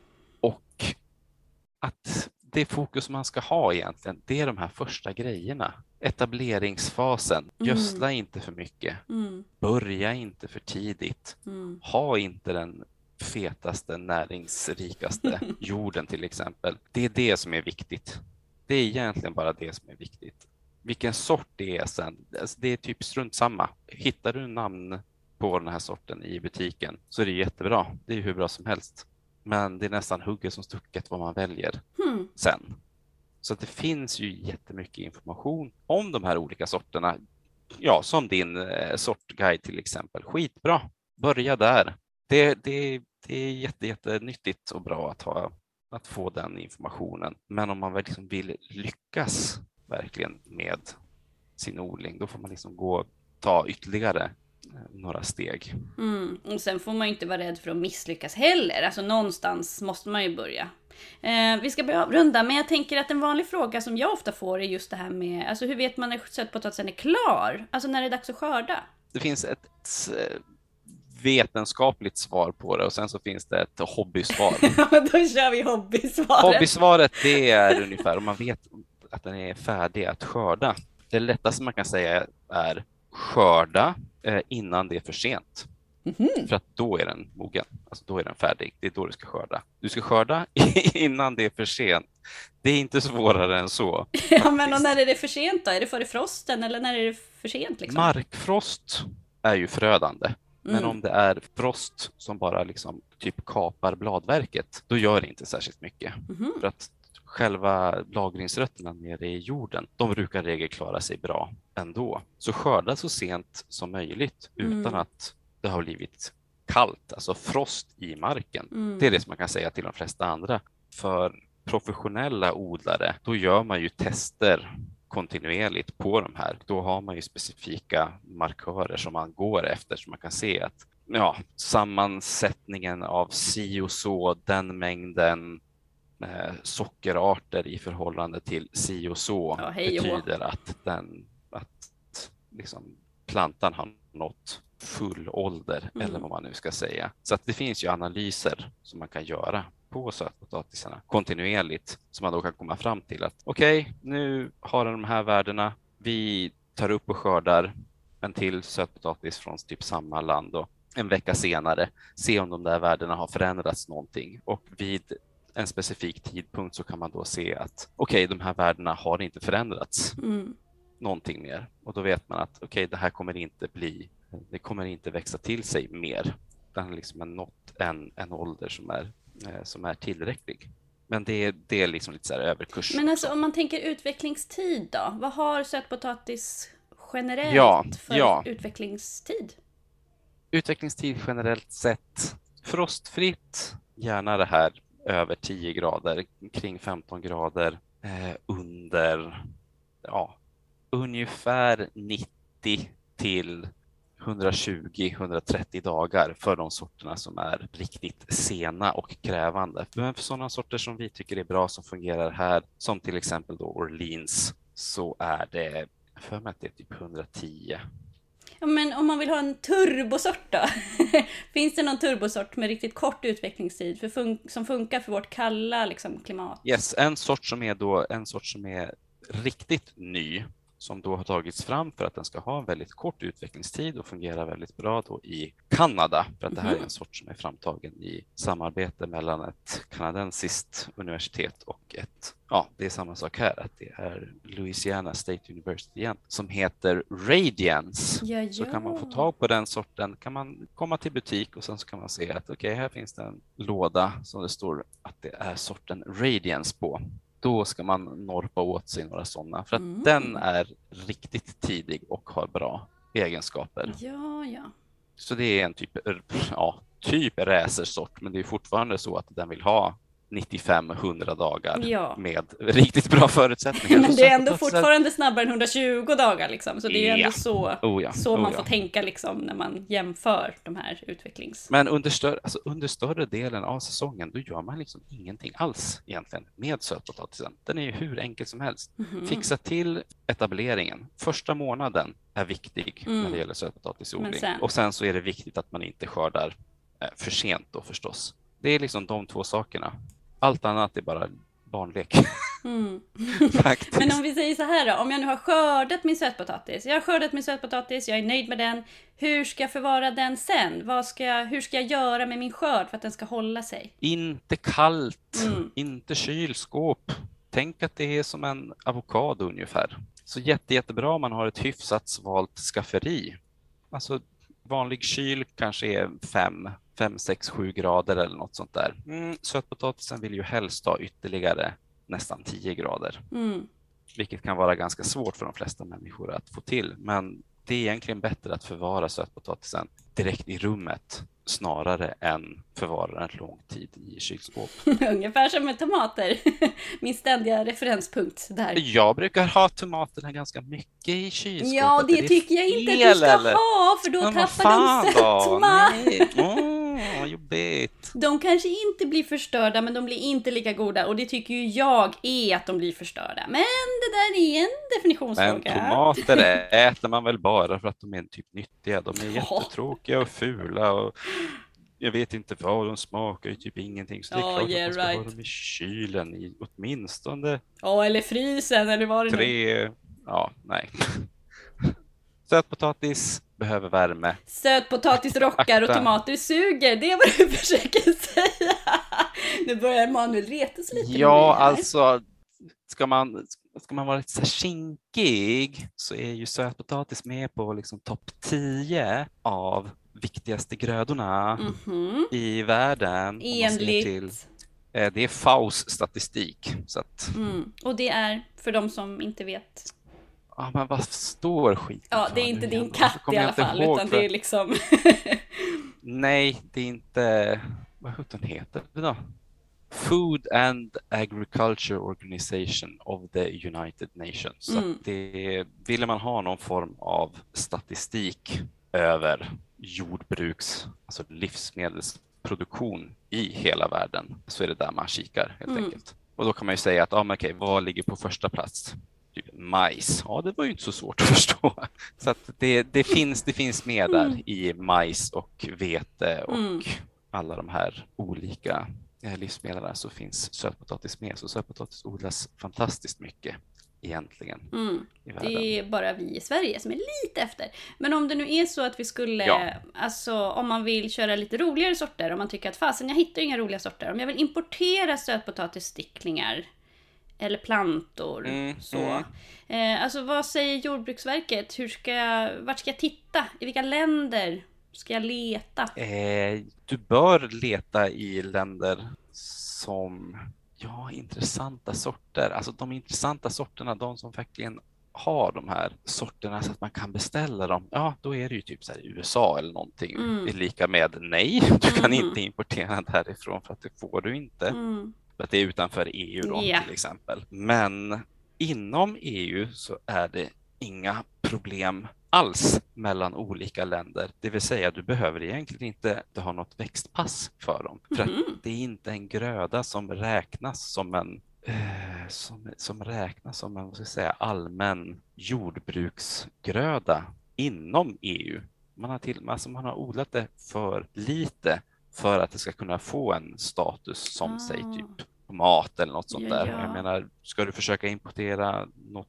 Och att det fokus man ska ha egentligen, det är de här första grejerna. Etableringsfasen. Mm. Gödsla inte för mycket. Mm. Börja inte för tidigt. Mm. Ha inte den fetaste, näringsrikaste jorden till exempel. Det är det som är viktigt. Det är egentligen bara det som är viktigt. Vilken sort det är sen, alltså det är typ strunt samma. Hittar du namn på den här sorten i butiken så är det jättebra. Det är hur bra som helst. Men det är nästan hugget som stucket vad man väljer hmm. sen. Så att det finns ju jättemycket information om de här olika sorterna. Ja, som din eh, sortguide till exempel. Skitbra. Börja där. Det, det, det är jätte, jättenyttigt och bra att, ha, att få den informationen. Men om man väl liksom vill lyckas verkligen med sin odling, då får man liksom gå ta ytterligare några steg. Mm. Och sen får man ju inte vara rädd för att misslyckas heller. Alltså någonstans måste man ju börja. Eh, vi ska börja avrunda, men jag tänker att en vanlig fråga som jag ofta får är just det här med, alltså hur vet man när sötpotatisen är klar? Alltså när det är dags att skörda? Det finns ett, ett vetenskapligt svar på det och sen så finns det ett hobbysvar. Ja, då kör vi hobbysvaret. Hobbysvaret, det är ungefär om man vet att den är färdig att skörda. Det lättaste man kan säga är skörda eh, innan det är för sent. Mm-hmm. För att då är den mogen. Alltså då är den färdig. Det är då du ska skörda. Du ska skörda innan det är för sent. Det är inte svårare än så. Ja, men och när är det för sent då? Är det före frosten eller när är det för sent? Liksom? Markfrost är ju förödande. Mm. Men om det är frost som bara liksom typ kapar bladverket, då gör det inte särskilt mycket. Mm-hmm. För att själva lagringsrötterna nere i jorden, de brukar i regel klara sig bra ändå. Så skörda så sent som möjligt utan mm. att det har blivit kallt, alltså frost i marken. Mm. Det är det som man kan säga till de flesta andra. För professionella odlare, då gör man ju tester kontinuerligt på de här. Då har man ju specifika markörer som man går efter, så man kan se att ja, sammansättningen av si och så, den mängden eh, sockerarter i förhållande till si och så ja, betyder att, den, att liksom, plantan har nått full ålder mm. eller vad man nu ska säga. Så att det finns ju analyser som man kan göra på sötpotatisarna kontinuerligt, som man då kan komma fram till att okej, okay, nu har den de här värdena, vi tar upp och skördar en till sötpotatis från typ samma land och en vecka senare se om de där värdena har förändrats någonting, och vid en specifik tidpunkt så kan man då se att okej, okay, de här värdena har inte förändrats Mm. någonting mer. Och då vet man att okej, okay, det här kommer inte bli, det kommer inte växa till sig mer. Det har liksom nått en, en ålder som är, eh, som är tillräcklig. Men det, det är liksom lite så här överkurs. Men alltså om man tänker utvecklingstid då? Vad har sötpotatis generellt ja, för ja. utvecklingstid? Utvecklingstid generellt sett frostfritt, gärna det här över tio grader, kring femton grader, eh, under ja, ungefär nittio till hundratjugo till hundratrettio dagar för de sorterna som är riktigt sena och krävande. Men för sådana sorter som vi tycker är bra som fungerar här, som till exempel då Orleans, så är det för mig att det är typ hundratio. Ja, men om man vill ha en turbosort då? Finns det någon turbosort med riktigt kort utvecklingstid för fun- som funkar för vårt kalla liksom, klimat? Yes, en sort som är då en sort som är riktigt ny, som då har tagits fram för att den ska ha en väldigt kort utvecklingstid och fungera väldigt bra då i Kanada. För att det här är en sort som är framtagen i samarbete mellan ett kanadensiskt universitet och ett, ja, det är samma sak här, att det är Louisiana State University igen, som heter Radiance. Ja, ja. Så kan man få tag på den sorten, kan man komma till butik och sen så kan man se att okej, okay, här finns det en låda som det står att det är sorten Radiance på. Då ska man norpa åt sig några sådana. För att Mm. den är riktigt tidig och har bra egenskaper. Ja, ja. Så det är en typ, ja, typ racersort. Men det är fortfarande så att den vill ha nittiofem till hundra dagar Ja. med riktigt bra förutsättningar. Men det är ändå Så- fortfarande snabbare än hundratjugo dagar liksom. Så det är ju ändå Ja. så, Oh ja, så oh man ja. får tänka liksom när man jämför de här utvecklings... Men under större, alltså under större delen av säsongen då gör man liksom ingenting alls egentligen med sötpotatisen. Den är ju hur enkel som helst. Mhm. Fixa till etableringen. Första månaden är viktig Mm. när det gäller sötpotatisodling. Men sen- Och sen så är det viktigt att man inte skördar eh, för sent då förstås. Det är liksom de två sakerna. Allt annat är bara barnlek Mm. faktiskt. Men om vi säger så här då, om jag nu har skördat min sötpotatis, jag har skördat min sötpotatis, jag är nöjd med den, hur ska jag förvara den sen? Vad ska jag, hur ska jag göra med min skörd för att den ska hålla sig? Inte kallt, Mm. inte kylskåp. Tänk att det är som en avokado ungefär. Så jätte, jättebra om man har ett hyfsat svalt skafferi. Alltså vanlig kyl kanske är fem, fem, sex, sju grader eller något sånt där. Mm, sötpotatisen vill ju helst ha ytterligare nästan tio grader. Mm. Vilket kan vara ganska svårt för de flesta människor att få till. Men det är egentligen bättre att förvara sötpotatisen direkt i rummet snarare än förvara den lång tid i kylskåp. Ungefär som med tomater. Min ständiga referenspunkt där. Jag brukar ha tomaterna ganska mycket i kylskåpet. Ja, det Är tycker jag inte att fel, du ska eller? ha, för då Men vad tappar fan de då? sötma. Nej. Åh, vad jobbigt. De kanske inte blir förstörda, men de blir inte lika goda. Och det tycker ju jag är att de blir förstörda. Men det där är en Men definitionsfråga. tomater äter man väl bara för att de är typ nyttiga. De är Ja. jättetråkiga och fula och jag vet inte vad de smakar, ju typ ingenting. Så det är Ja, klart yeah, att man ska right. ha dem i kylen i åtminstone Ja, eller frysen, eller vad det nu. tre, ja, nej. Sötpotatis behöver värme. Sötpotatis rockar och Akta. tomater suger. Det är vad du försöker säga. Nu börjar Manuel reta sig lite. med Ja, mig här. alltså ska man, ska man vara lite så här kinkig så är ju sötpotatis med på liksom topp tio av viktigaste grödorna Mhm. i världen. om man ser Enligt... till- eh, Det är F A O:s statistik. Så att, Mm. Och det är, för de som inte vet. ja, men vad står skiten Ja, för det är nu inte igen? din Varför katt kommer i jag alla inte fall, ihåg utan för- det är liksom... Nej, det är inte... Vad sjutton heter det då? Food and Agriculture Organization of the United Nations. Så Mm. att det, ville man ha någon form av statistik över jordbruks, alltså livsmedelsproduktion i hela världen, så är det där man kikar helt Mm. enkelt. Och då kan man ju säga att, ja men okej, vad ligger på första plats? Typ majs. Ja, det var ju inte så svårt att förstå. Så att det, det, finns, det finns med där Mm. i majs och vete och Mm. alla de här olika eh, livsmedlen, så finns sötpotatis med. Så sötpotatis odlas fantastiskt mycket egentligen. Mm. I världen. Det är bara vi i Sverige som är lite efter. Men om det nu är så att vi skulle, Ja. alltså om man vill köra lite roligare sorter, om man tycker att fasen jag hittar inga roliga sorter, om jag vill importera sötpotatissticklingar eller plantor, Mm, så. mm. Eh, alltså vad säger Jordbruksverket? Hur ska jag, vart ska jag titta? I vilka länder ska jag leta? Eh, du bör leta i länder som, ja, intressanta sorter. Alltså de intressanta sorterna, de som verkligen har de här sorterna så att man kan beställa dem. Ja, då är det ju typ så här U S A eller någonting. Mm. Det är lika med nej, du kan Mhm. inte importera därifrån för att det får du inte. Mm. För att det är utanför E U då, Ja. till exempel. Men inom E U så är det inga problem alls mellan olika länder. Det vill säga, du behöver egentligen inte ha något växtpass för dem. För att Mhm. det är inte en gröda som räknas som en eh, som, som räknas som en vad ska jag säga, allmän jordbruksgröda inom E U. Man har, till, alltså man har odlat det för lite för att det ska kunna få en status som Ah. säg typ tomat eller något sånt Ja, där. ja. Jag menar, ska du försöka importera något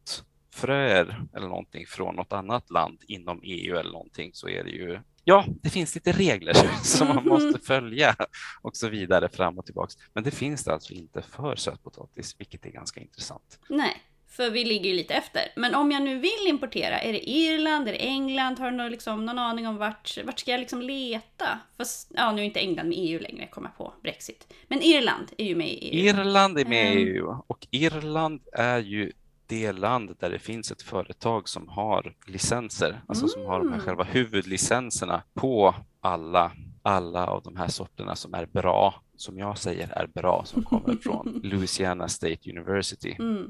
tomatfröer eller någonting från något annat land inom E U eller någonting, så är det ju, ja, det finns lite regler som man Mhm. måste följa och så vidare fram och tillbaks. Men det finns det alltså inte för sötpotatis, vilket är ganska intressant. Nej, för vi ligger ju lite efter. Men om jag nu vill importera, är det Irland, är det England? Har du någon, liksom, någon aning om vart, vart ska jag liksom leta? Fast, ja, nu är inte England med E U längre, kommer jag på, Brexit. Men Irland är ju med i E U. Irland är med i Ehm. E U och Irland är ju det land där det finns ett företag som har licenser, alltså som har de här Mm. själva huvudlicenserna på alla, alla av de här sorterna som är bra, som jag säger är bra, som kommer från Louisiana State University. Mm.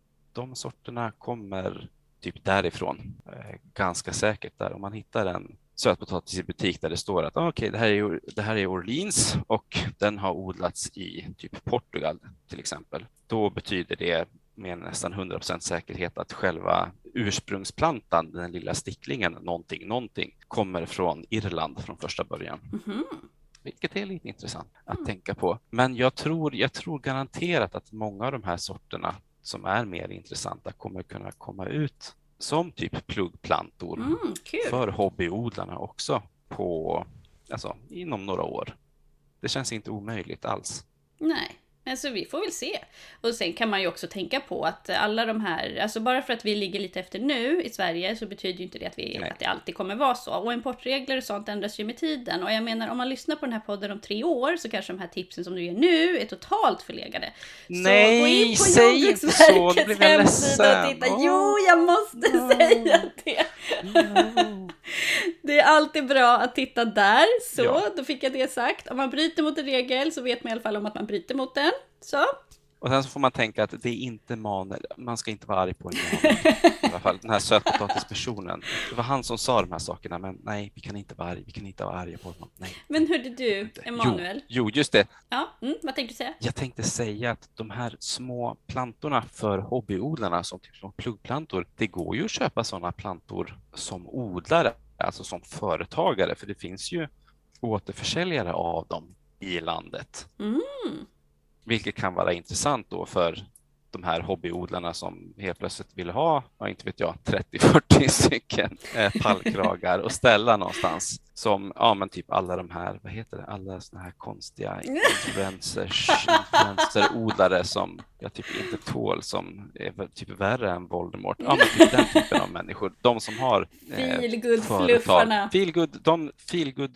De sorterna kommer typ därifrån, eh, ganska säkert där. Om man hittar en sötpotatis i butik där det står att ah, okej, det här är det här är Orleans och den har odlats i typ Portugal till exempel. Då betyder det med nästan hundra procent säkerhet att själva ursprungsplantan, den lilla sticklingen, någonting, någonting, kommer från Irland från första början. Mhm. Vilket är lite intressant att tänka på. Men jag tror, jag tror garanterat att många av de här sorterna som är mer intressanta kommer kunna komma ut som typ pluggplantor Mm, kul. för hobbyodlarna också på, alltså, inom några år. Det känns inte omöjligt alls. Nej, alltså vi får väl se. Och sen kan man ju också tänka på att alla de här, alltså bara för att vi ligger lite efter nu i Sverige så betyder ju inte det att, vi, Nej. att det alltid kommer vara så. Och importregler och sånt ändras ju med tiden. Och jag menar, om man lyssnar på den här podden om tre år så kanske de här tipsen som du ger nu är totalt förlegade. Nej, så gå in på säg inte så, då Jordbruksverkets blir jag hemsida och ledsen. titta. Åh. Jo, jag måste No. säga det. No. Det är alltid bra att titta där, så Ja. då fick jag det sagt. Om man bryter mot en regel så vet man i alla fall om att man bryter mot den. Så. Och sen så får man tänka att det är inte Manuel, man ska inte vara arg på en Manuel, i alla fall den här sötpotatispersonen. Det var han som sa de här sakerna, men nej, vi kan inte vara arg, vi kan inte vara arga på honom. Nej. Men hörde du, Emanuel? Jo, jo, just det. Ja, mm, vad tänkte du säga? Jag tänkte säga att de här små plantorna för hobbyodlarna, som typ som pluggplantor, det går ju att köpa sådana plantor som odlare, alltså som företagare, för det finns ju återförsäljare av dem i landet. Mm. Vilket kan vara intressant då för de här hobbyodlarna som helt plötsligt vill ha, ja, inte vet jag, trettio fyrtio stycken eh, pallkragar och ställa någonstans. Som, ja men typ alla de här, vad heter det, alla såna här konstiga influencers, influencerodlare som jag typ inte tål, som är typ värre än Voldemort. Ja men typ den typen av människor. De som har eh, Feelgood-fluffarna. Feelgood, de feelgood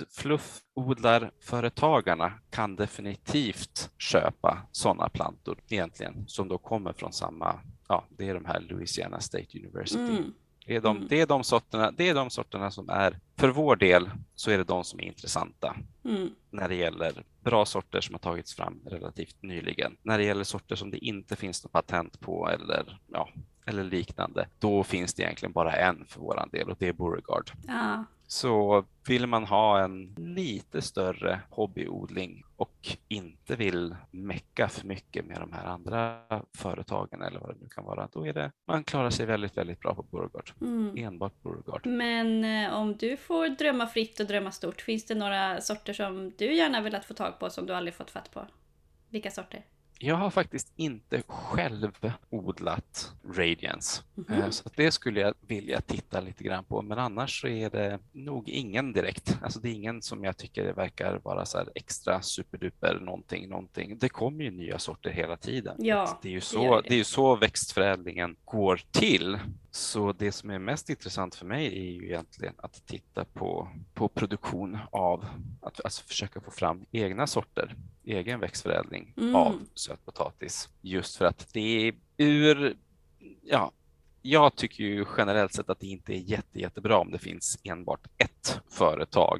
fluff-odlarföretagarna kan definitivt köpa sådana plantor egentligen, som då kommer från samma, ja det är de här Louisiana State University. Mm. Det är, de, Mm. det, är de sorterna, det är de sorterna som är, för vår del så är det de som är intressanta Mm. när det gäller bra sorter som har tagits fram relativt nyligen. När det gäller sorter som det inte finns något patent på eller, ja, eller liknande, då finns det egentligen bara en för våran del och det är Beauregard. Ja. Så vill man ha en lite större hobbyodling och inte vill mecka för mycket med de här andra företagen eller vad det nu kan vara, då är det, man klarar sig väldigt, väldigt bra på Beauregard. Mm. Enbart Beauregard. Men eh, om du får drömma fritt och drömma stort, finns det några sorter som du gärna vill att få tag på som du aldrig fått fatt på? Vilka sorter? Jag har faktiskt inte själv odlat Radiance. Mm-hmm. Så det skulle jag vilja titta lite grann på. Men annars så är det nog ingen direkt. Alltså det är ingen som jag tycker verkar vara så här extra superduper någonting, någonting. Det kommer ju nya sorter hela tiden. Ja, det är ju så, det. det är ju så växtförädlingen går till. Så det som är mest intressant för mig är ju egentligen att titta på, på produktion av, att alltså försöka få fram egna sorter, egen växtförädling mm. av sötpotatis. Just för att det är ur, ja, jag tycker ju generellt sett att det inte är jätte, jättebra om det finns enbart ett företag.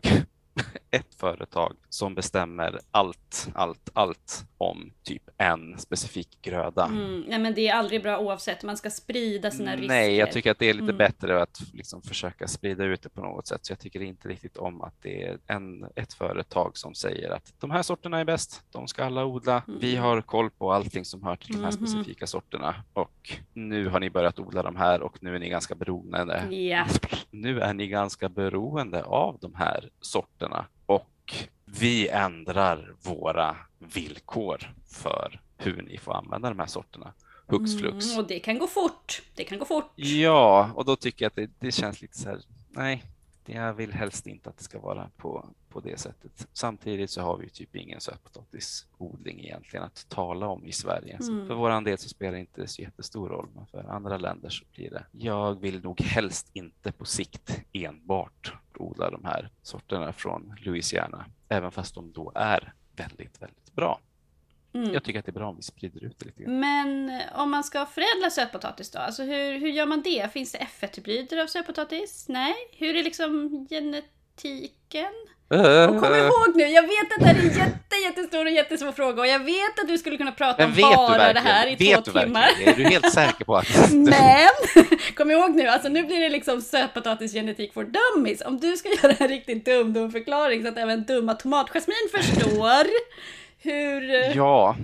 Ett företag som bestämmer allt, allt, allt om typ en specifik gröda. Mm, nej, men det är aldrig bra oavsett. Man ska sprida sina risker. Nej, jag tycker att det är lite mm. bättre att liksom försöka sprida ut det på något sätt. Så jag tycker inte riktigt om att det är en, ett företag som säger att de här sorterna är bäst. De ska alla odla. Mm. Vi har koll på allting som hör till de här mm. specifika sorterna. Och nu har ni börjat odla de här och nu är ni ganska beroende. Yeah. Nu är ni ganska beroende av de här sorterna. Och vi ändrar våra villkor för hur ni får använda de här sorterna. Hux flux. Mm, och det kan gå fort. Det kan gå fort. Ja, och då tycker jag att det, det känns lite så här, nej, jag vill helst inte att det ska vara på, på det sättet. Samtidigt så har vi typ ingen sötpotatisodling egentligen att tala om i Sverige. Mm. Så för våran del så spelar det inte så jättestor roll, men för andra länder så blir det. Jag vill nog helst inte på sikt enbart odla de här sorterna från Louisiana, även fast de då är väldigt, väldigt bra. Mm. Jag tycker att det är bra om vi sprider ut det lite grann. Men om man ska förädla sötpotatis då? Alltså hur, hur gör man det? Finns det F ett-hybrider av sötpotatis? Nej? Hur är liksom genetiken? Uh, och kom ihåg nu, jag vet att det här är en jätte, jättestor och jättesvår fråga. Och jag vet att du skulle kunna prata om bara det här i vet två du timmar. Är du helt säker på att... Men, kom ihåg nu, alltså nu blir det liksom sötpotatisgenetik för dummies. Om du ska göra en riktigt dum, dum förklaring så att även dumma tomatjasmin förstår... Hur... Ja,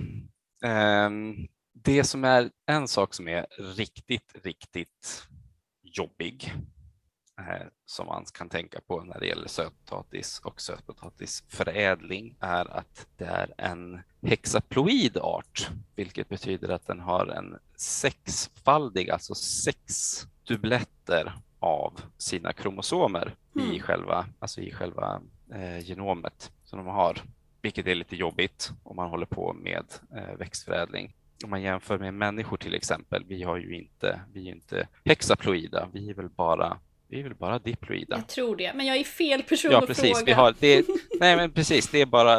eh, det som är en sak som är riktigt, riktigt jobbig eh, som man kan tänka på när det gäller sötpotatis och sötpotatisförädling är att det är en hexaploidart, vilket betyder att den har en sexfaldig, alltså sex dubbletter av sina kromosomer mm. i själva, alltså i själva eh, genomet som de har. Vilket är lite jobbigt om man håller på med eh, växtförädling. Om man jämför med människor till exempel, vi har ju inte, vi är inte hexaploida, vi är väl bara, vi är väl bara diploida. Jag tror det, men jag är fel person ja, att precis, fråga. Vi har, det, nej men precis, det är bara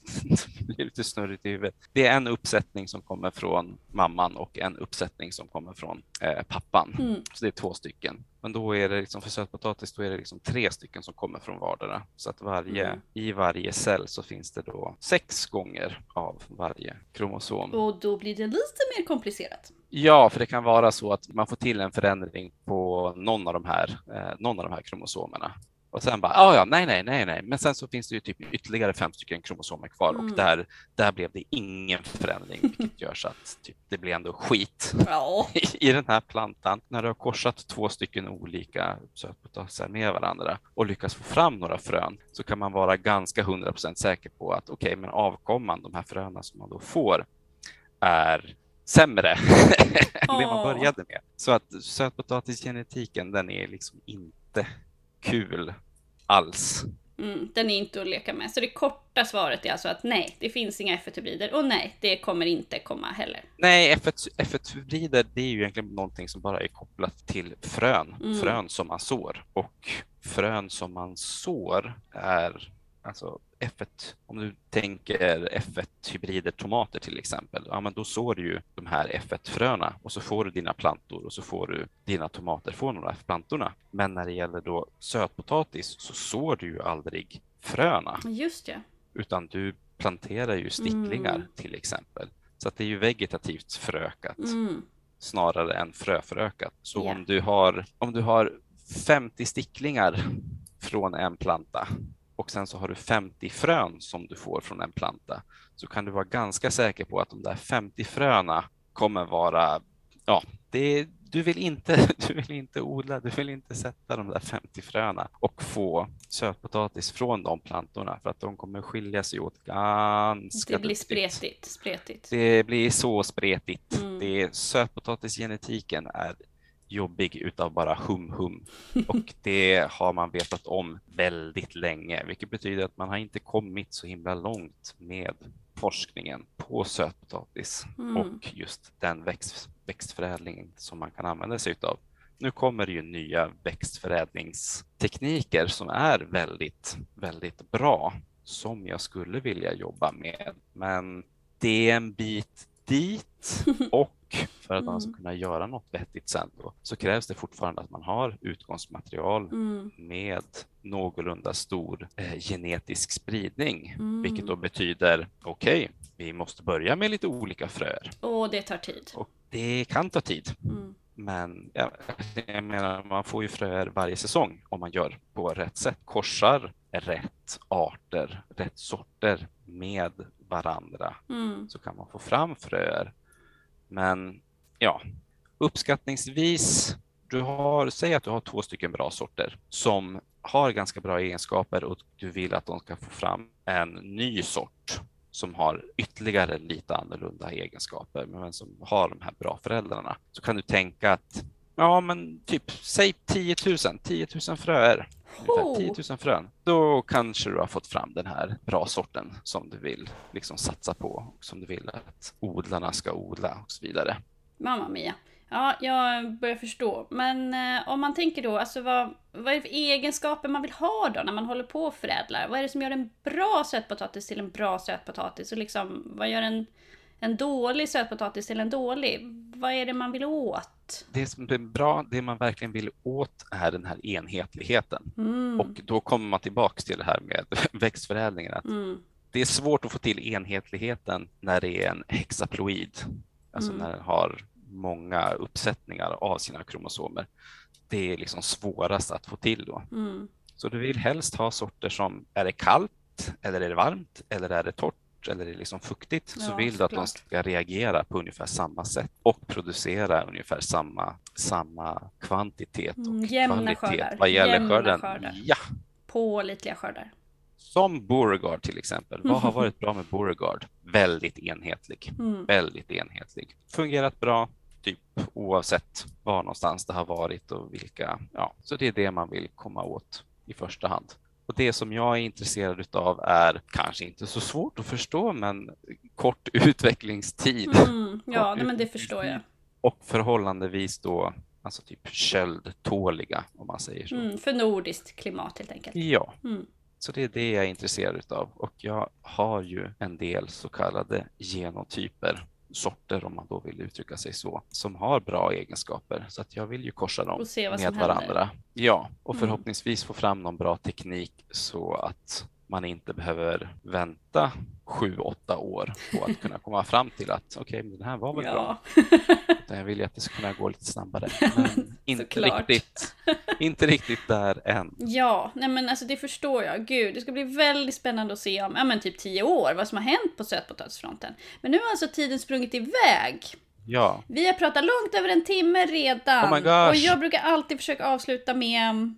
det blir lite snurrigt i huvudet. Det är en uppsättning som kommer från mamman och en uppsättning som kommer från eh, pappan. Mm. Så det är två stycken. Men då är det liksom för sötpotatis, då är det liksom tre stycken som kommer från vardera. Så att varje, mm. i varje cell så finns det då sex gånger av varje kromosom. Och då blir det lite mer komplicerat. Ja, för det kan vara så att man får till en förändring på någon av de här, eh, någon av de här kromosomerna. Och sen bara, ah, ja, nej, nej, nej, nej. Men sen så finns det ju typ ytterligare fem stycken kromosomer kvar mm. och där, där blev det ingen förändring, vilket gör så att typ, det blir ändå skit ja. i, i den här plantan. När du har korsat två stycken olika sötpotatisar med varandra och lyckas få fram några frön så kan man vara ganska hundra procent säker på att okej, okay, men avkomman, de här fröna som man då får är sämre än det man började med. Så att sötpotatisgenetiken, den är liksom inte kul alls. Mm, den är inte att leka med. Så det korta svaret är alltså att nej, det finns inga F ett-hybrider och nej, det kommer inte komma heller. Nej, F ett-hybrider det är ju egentligen någonting som bara är kopplat till frön. Mm. Frön som man sår. Och frön som man sår är alltså F ett, om du tänker F ett-hybrider tomater till exempel, ja men då sår du ju de här F ett-fröna och så får du dina plantor och så får du dina tomater från de här plantorna. Men när det gäller då sötpotatis så sår du ju aldrig fröna. Just det. Utan du planterar ju sticklingar mm. till exempel. Så att det är ju vegetativt förökat mm. snarare än fröförökat. Så yeah. om du har, om du har femtio sticklingar från en planta och sen så har du femtio frön som du får från en planta, så kan du vara ganska säker på att de där femtio fröna kommer vara, ja, det, du, vill inte, du vill inte odla, du vill inte sätta de där femtio fröna och få sötpotatis från de plantorna för att de kommer skilja sig åt ganska Det blir duktigt. spretigt. spretigt. Det blir så spretigt. Mm. Det är, sötpotatisgenetiken är jobbig utav bara hum hum och det har man vetat om väldigt länge, vilket betyder att man har inte kommit så himla långt med forskningen på sötpotatis Mm. och just den växt, växtförädlingen som man kan använda sig utav. Nu kommer det ju nya växtförädlingstekniker som är väldigt, väldigt bra som jag skulle vilja jobba med, men det är en bit dit och för att man ska kunna göra något vettigt sen då, så krävs det fortfarande att man har utgångsmaterial Mm. med någorlunda stor eh, genetisk spridning, Mm. vilket då betyder okej, okay, vi måste börja med lite olika fröer. Och det tar tid. Och det kan ta tid. Mm. Men ja, jag menar, man får ju fröer varje säsong om man gör på rätt sätt. Korsar rätt arter, rätt sorter med varandra Mm. så kan man få fram fröer. Men ja, uppskattningsvis, du har, säg att du har två stycken bra sorter som har ganska bra egenskaper och du vill att de ska få fram en ny sort som har ytterligare lite annorlunda egenskaper men som har de här bra föräldrarna. Så kan du tänka att ja, men typ säg tio tusen, tio tusen fröer. Ungefär tio tusen frön. Då kanske du har fått fram den här bra sorten som du vill liksom satsa på och som du vill att odlarna ska odla och så vidare. Mamma mia. Ja, jag börjar förstå. Men eh, om man tänker då, alltså vad, vad är det för egenskaper man vill ha då när man håller på och förädlar? Vad är det som gör en bra sötpotatis till en bra sötpotatis? Och liksom, vad gör en, en dålig sötpotatis till en dålig? Vad är det man vill åt? Det som är bra, det man verkligen vill åt är den här enhetligheten. Mm. Och då kommer man tillbaka till det här med växtförädlingen. Att Mm. det är svårt att få till enhetligheten när det är en hexaploid. Alltså Mm. när den har många uppsättningar av sina kromosomer. Det är liksom svårast att få till då. Mm. Så du vill helst ha sorter som, är det kallt eller är det varmt eller är det torrt eller är det liksom fuktigt, Ja, så vill du att de såklart. ska reagera på ungefär samma sätt och producera ungefär samma, samma kvantitet och Mm, jämna kvalitet skördar. vad gäller Jämna skörden. skördar. Ja, Pålitliga skördar. som Beauregard till exempel. Vad har varit bra med Beauregard? Väldigt enhetlig. Mm. Väldigt enhetlig. Fungerat bra, typ oavsett var någonstans det har varit och vilka. Ja, så det är det man vill komma åt i första hand. Och det som jag är intresserad utav är kanske inte så svårt att förstå, men kort utvecklingstid. Mm. Ja, Kort nej, men det förstår jag. Och förhållandevis då, alltså typ köldtåliga om man säger så. Mm. För nordiskt klimat helt enkelt. Ja. Mm. Så det är det jag är intresserad utav och jag har ju en del så kallade genotyper, sorter om man då vill uttrycka sig så, som har bra egenskaper så att jag vill ju korsa dem Och se vad med som händer. varandra. Ja, och Mm. förhoppningsvis få fram någon bra teknik så att man inte behöver vänta sju, åtta år på att kunna komma fram till att okej, okay, den här var väl bra. Ja. Utan jag vill ju att det ska kunna gå lite snabbare. Men inte Såklart. riktigt, inte riktigt där än. Ja, nej men alltså det förstår jag. Gud, det ska bli väldigt spännande att se om, ja men typ tio år, vad som har hänt på sötpotatisfronten. Men nu har alltså tiden sprungit iväg. Ja. Vi har pratat långt över en timme redan. Oh my gosh. Och jag brukar alltid försöka avsluta med...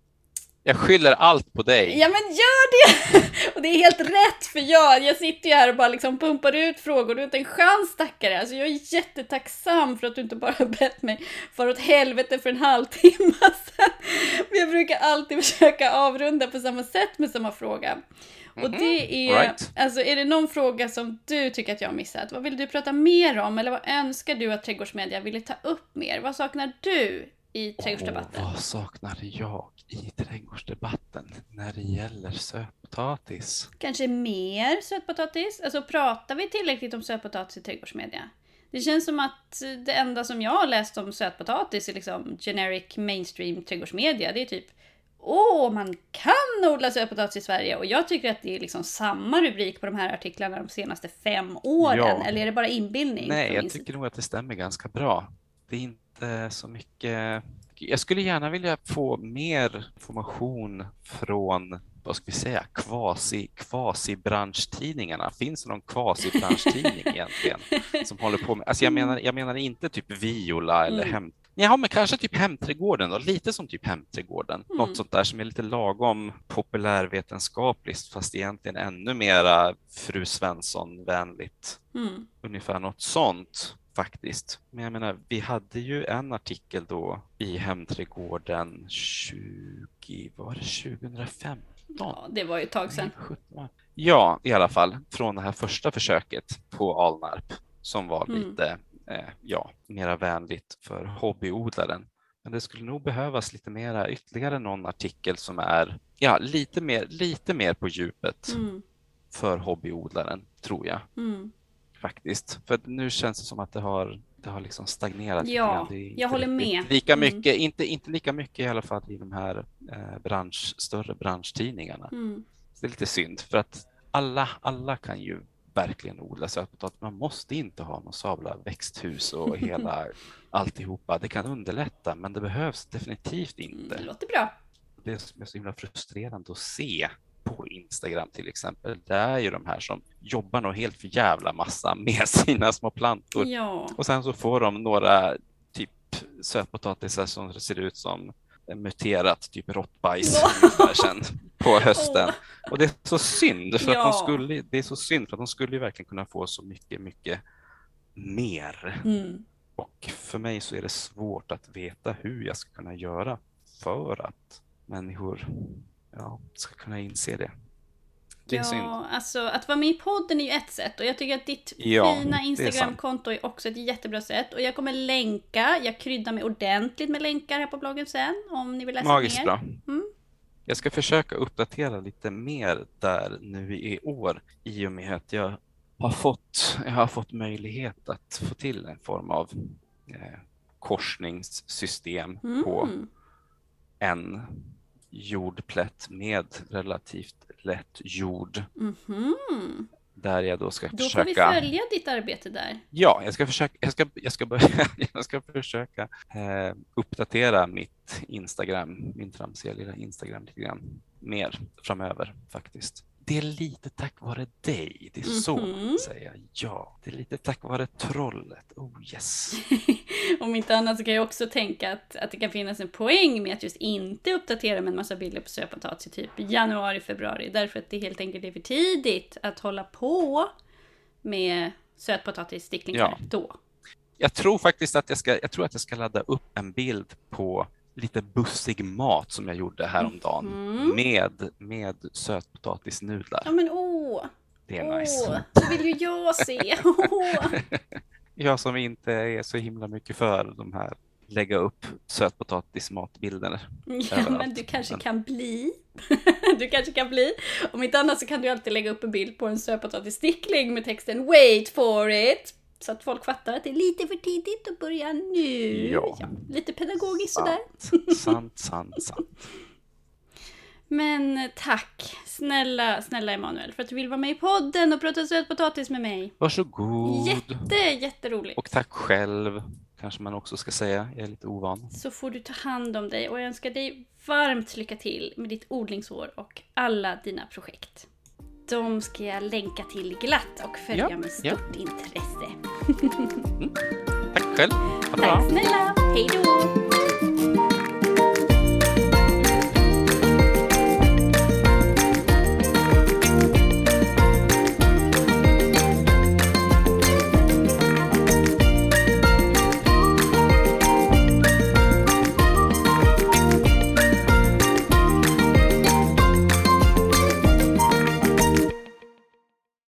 Jag skyller allt på dig. Ja men gör det! Och det är helt rätt, för jag, jag sitter ju här och bara liksom pumpar ut frågor. Du har inte en chans, stackare. Alltså jag är jättetacksam för att du inte bara har bett mig för åt helvete för en halvtimme sedan. Men jag brukar alltid försöka avrunda på samma sätt med samma fråga. Och det är, Right. alltså är det någon fråga som du tycker att jag har missat? Vad vill du prata mer om? Eller vad önskar du att Trädgårdsmedia ville ta upp mer? Vad saknar du i trädgårdsdebatten? Åh, vad saknar jag i trädgårdsdebatten när det gäller sötpotatis? Kanske mer sötpotatis? Alltså pratar vi tillräckligt om sötpotatis i trädgårdsmedia? Det känns som att det enda som jag har läst om sötpotatis är liksom generic mainstream trädgårdsmedia. Det är typ, åh, man kan odla sötpotatis i Sverige. Och jag tycker att det är liksom samma rubrik på de här artiklarna de senaste fem åren. Ja. Eller är det bara inbildning? Nej, från jag min tycker sida? nog att det stämmer ganska bra. Det är inte så mycket... Jag skulle gärna vilja få mer information från vad ska vi säga, kvasi, kvasi-branschtidningarna. Finns det någon kvasi-branschtidning egentligen som håller på med, alltså jag menar, jag menar inte typ Viola eller mm. hem, ja men kanske typ Hemträdgården då, lite som typ Hemträdgården. Mm. Något sånt där som är lite lagom populärvetenskapligt fast egentligen ännu mera Fru Svensson-vänligt. Mm. Ungefär något sånt. Faktiskt. Men jag menar, vi hade ju en artikel då i Hemträdgården tjugo, vad var det, tjugohundrafemton? Ja, det var ju ett tag sedan. Ja, i alla fall från det här första försöket på Alnarp som var mm. lite, eh, ja, mera vänligt för hobbyodlaren. Men det skulle nog behövas lite mera, ytterligare någon artikel som är, ja, lite mer, lite mer på djupet mm. för hobbyodlaren, tror jag. Mm. Faktiskt. För nu känns det som att det har, det har liksom stagnerat. Ja, jag håller med. Lika mycket, mm. inte, inte lika mycket i alla fall i de här eh, bransch, större branschtidningarna. Mm. Det är lite synd för att alla, alla kan ju verkligen odla sötpotatis. Man måste inte ha någon sabla växthus och hela alltihopa. Det kan underlätta men det behövs definitivt inte. Det låter bra. Det är så himla frustrerande att se på Instagram till exempel, det är ju de här som jobbar nog helt för jävla massa med sina små plantor. Ja. Och sen så får de några typ sötpotatisar som ser ut som muterat typ råttbajs sen på hösten. Oh. Och det är så synd för ja. att de skulle, det är så synd för att de skulle ju verkligen kunna få så mycket, mycket mer. Mm. Och för mig så är det svårt att veta hur jag ska kunna göra för att människor ja, ska kunna inse det. Det är ja, synd. Alltså att vara med i podden är ju ett sätt. Och jag tycker att ditt ja, fina Instagramkonto är, är också ett jättebra sätt. Och jag kommer länka, jag kryddar mig ordentligt med länkar här på bloggen sen. Om ni vill läsa Magiskt mer. Bra. Mm. Jag ska försöka uppdatera lite mer där nu i år. I och med att jag har fått, jag har fått möjlighet att få till en form av eh, korsningssystem mm. på en jordplätt med relativt lätt jord. Mm-hmm. Där jag då ska då försöka... Då får vi följa ditt arbete där. Ja, jag ska försöka, jag ska, jag ska börja, jag ska försöka eh, uppdatera mitt Instagram, min tramsiga lilla Instagram lite grann mer framöver faktiskt. Det är lite tack vare dig, det är mm-hmm. så man säger. Ja, det är lite tack vare trollet. Oh yes. Om inte annat så kan jag också tänka att, att det kan finnas en poäng med att just inte uppdatera med en massa bilder på sötpotatis i typ januari, februari. Därför att det helt enkelt är för tidigt att hålla på med sötpotatissticklingar ja. då. Jag tror faktiskt att jag ska, jag tror att jag ska ladda upp en bild på lite bussig mat som jag gjorde häromdagen mm. med, med sötpotatisnudlar. Ja men åh! Det är åh, nice. Det vill ju jag se. Åh. Jag som inte är så himla mycket för de här lägga upp sötpotatismatbilderna. Ja, men du kanske men... kan bli. Du kanske kan bli. Om inte annat så kan du alltid lägga upp en bild på en sötpotatisstickling med texten Wait for it. Så att folk fattar att det är lite för tidigt att börja nu. Ja. Ja, lite pedagogiskt sant, sådär. Sant, sant, sant. Men tack, snälla, snälla Emanuel, för att du vill vara med i podden och prata sötpotatis med mig. Varsågod. Jätte, jätteroligt. Och tack själv, kanske man också ska säga. Jag är lite ovan. Så får du ta hand om dig och jag önskar dig varmt lycka till med ditt odlingsår och alla dina projekt. De ska jag länka till glatt och följa ja, med stort ja. intresse. mm. Tack själv. Tack snälla. Hej då.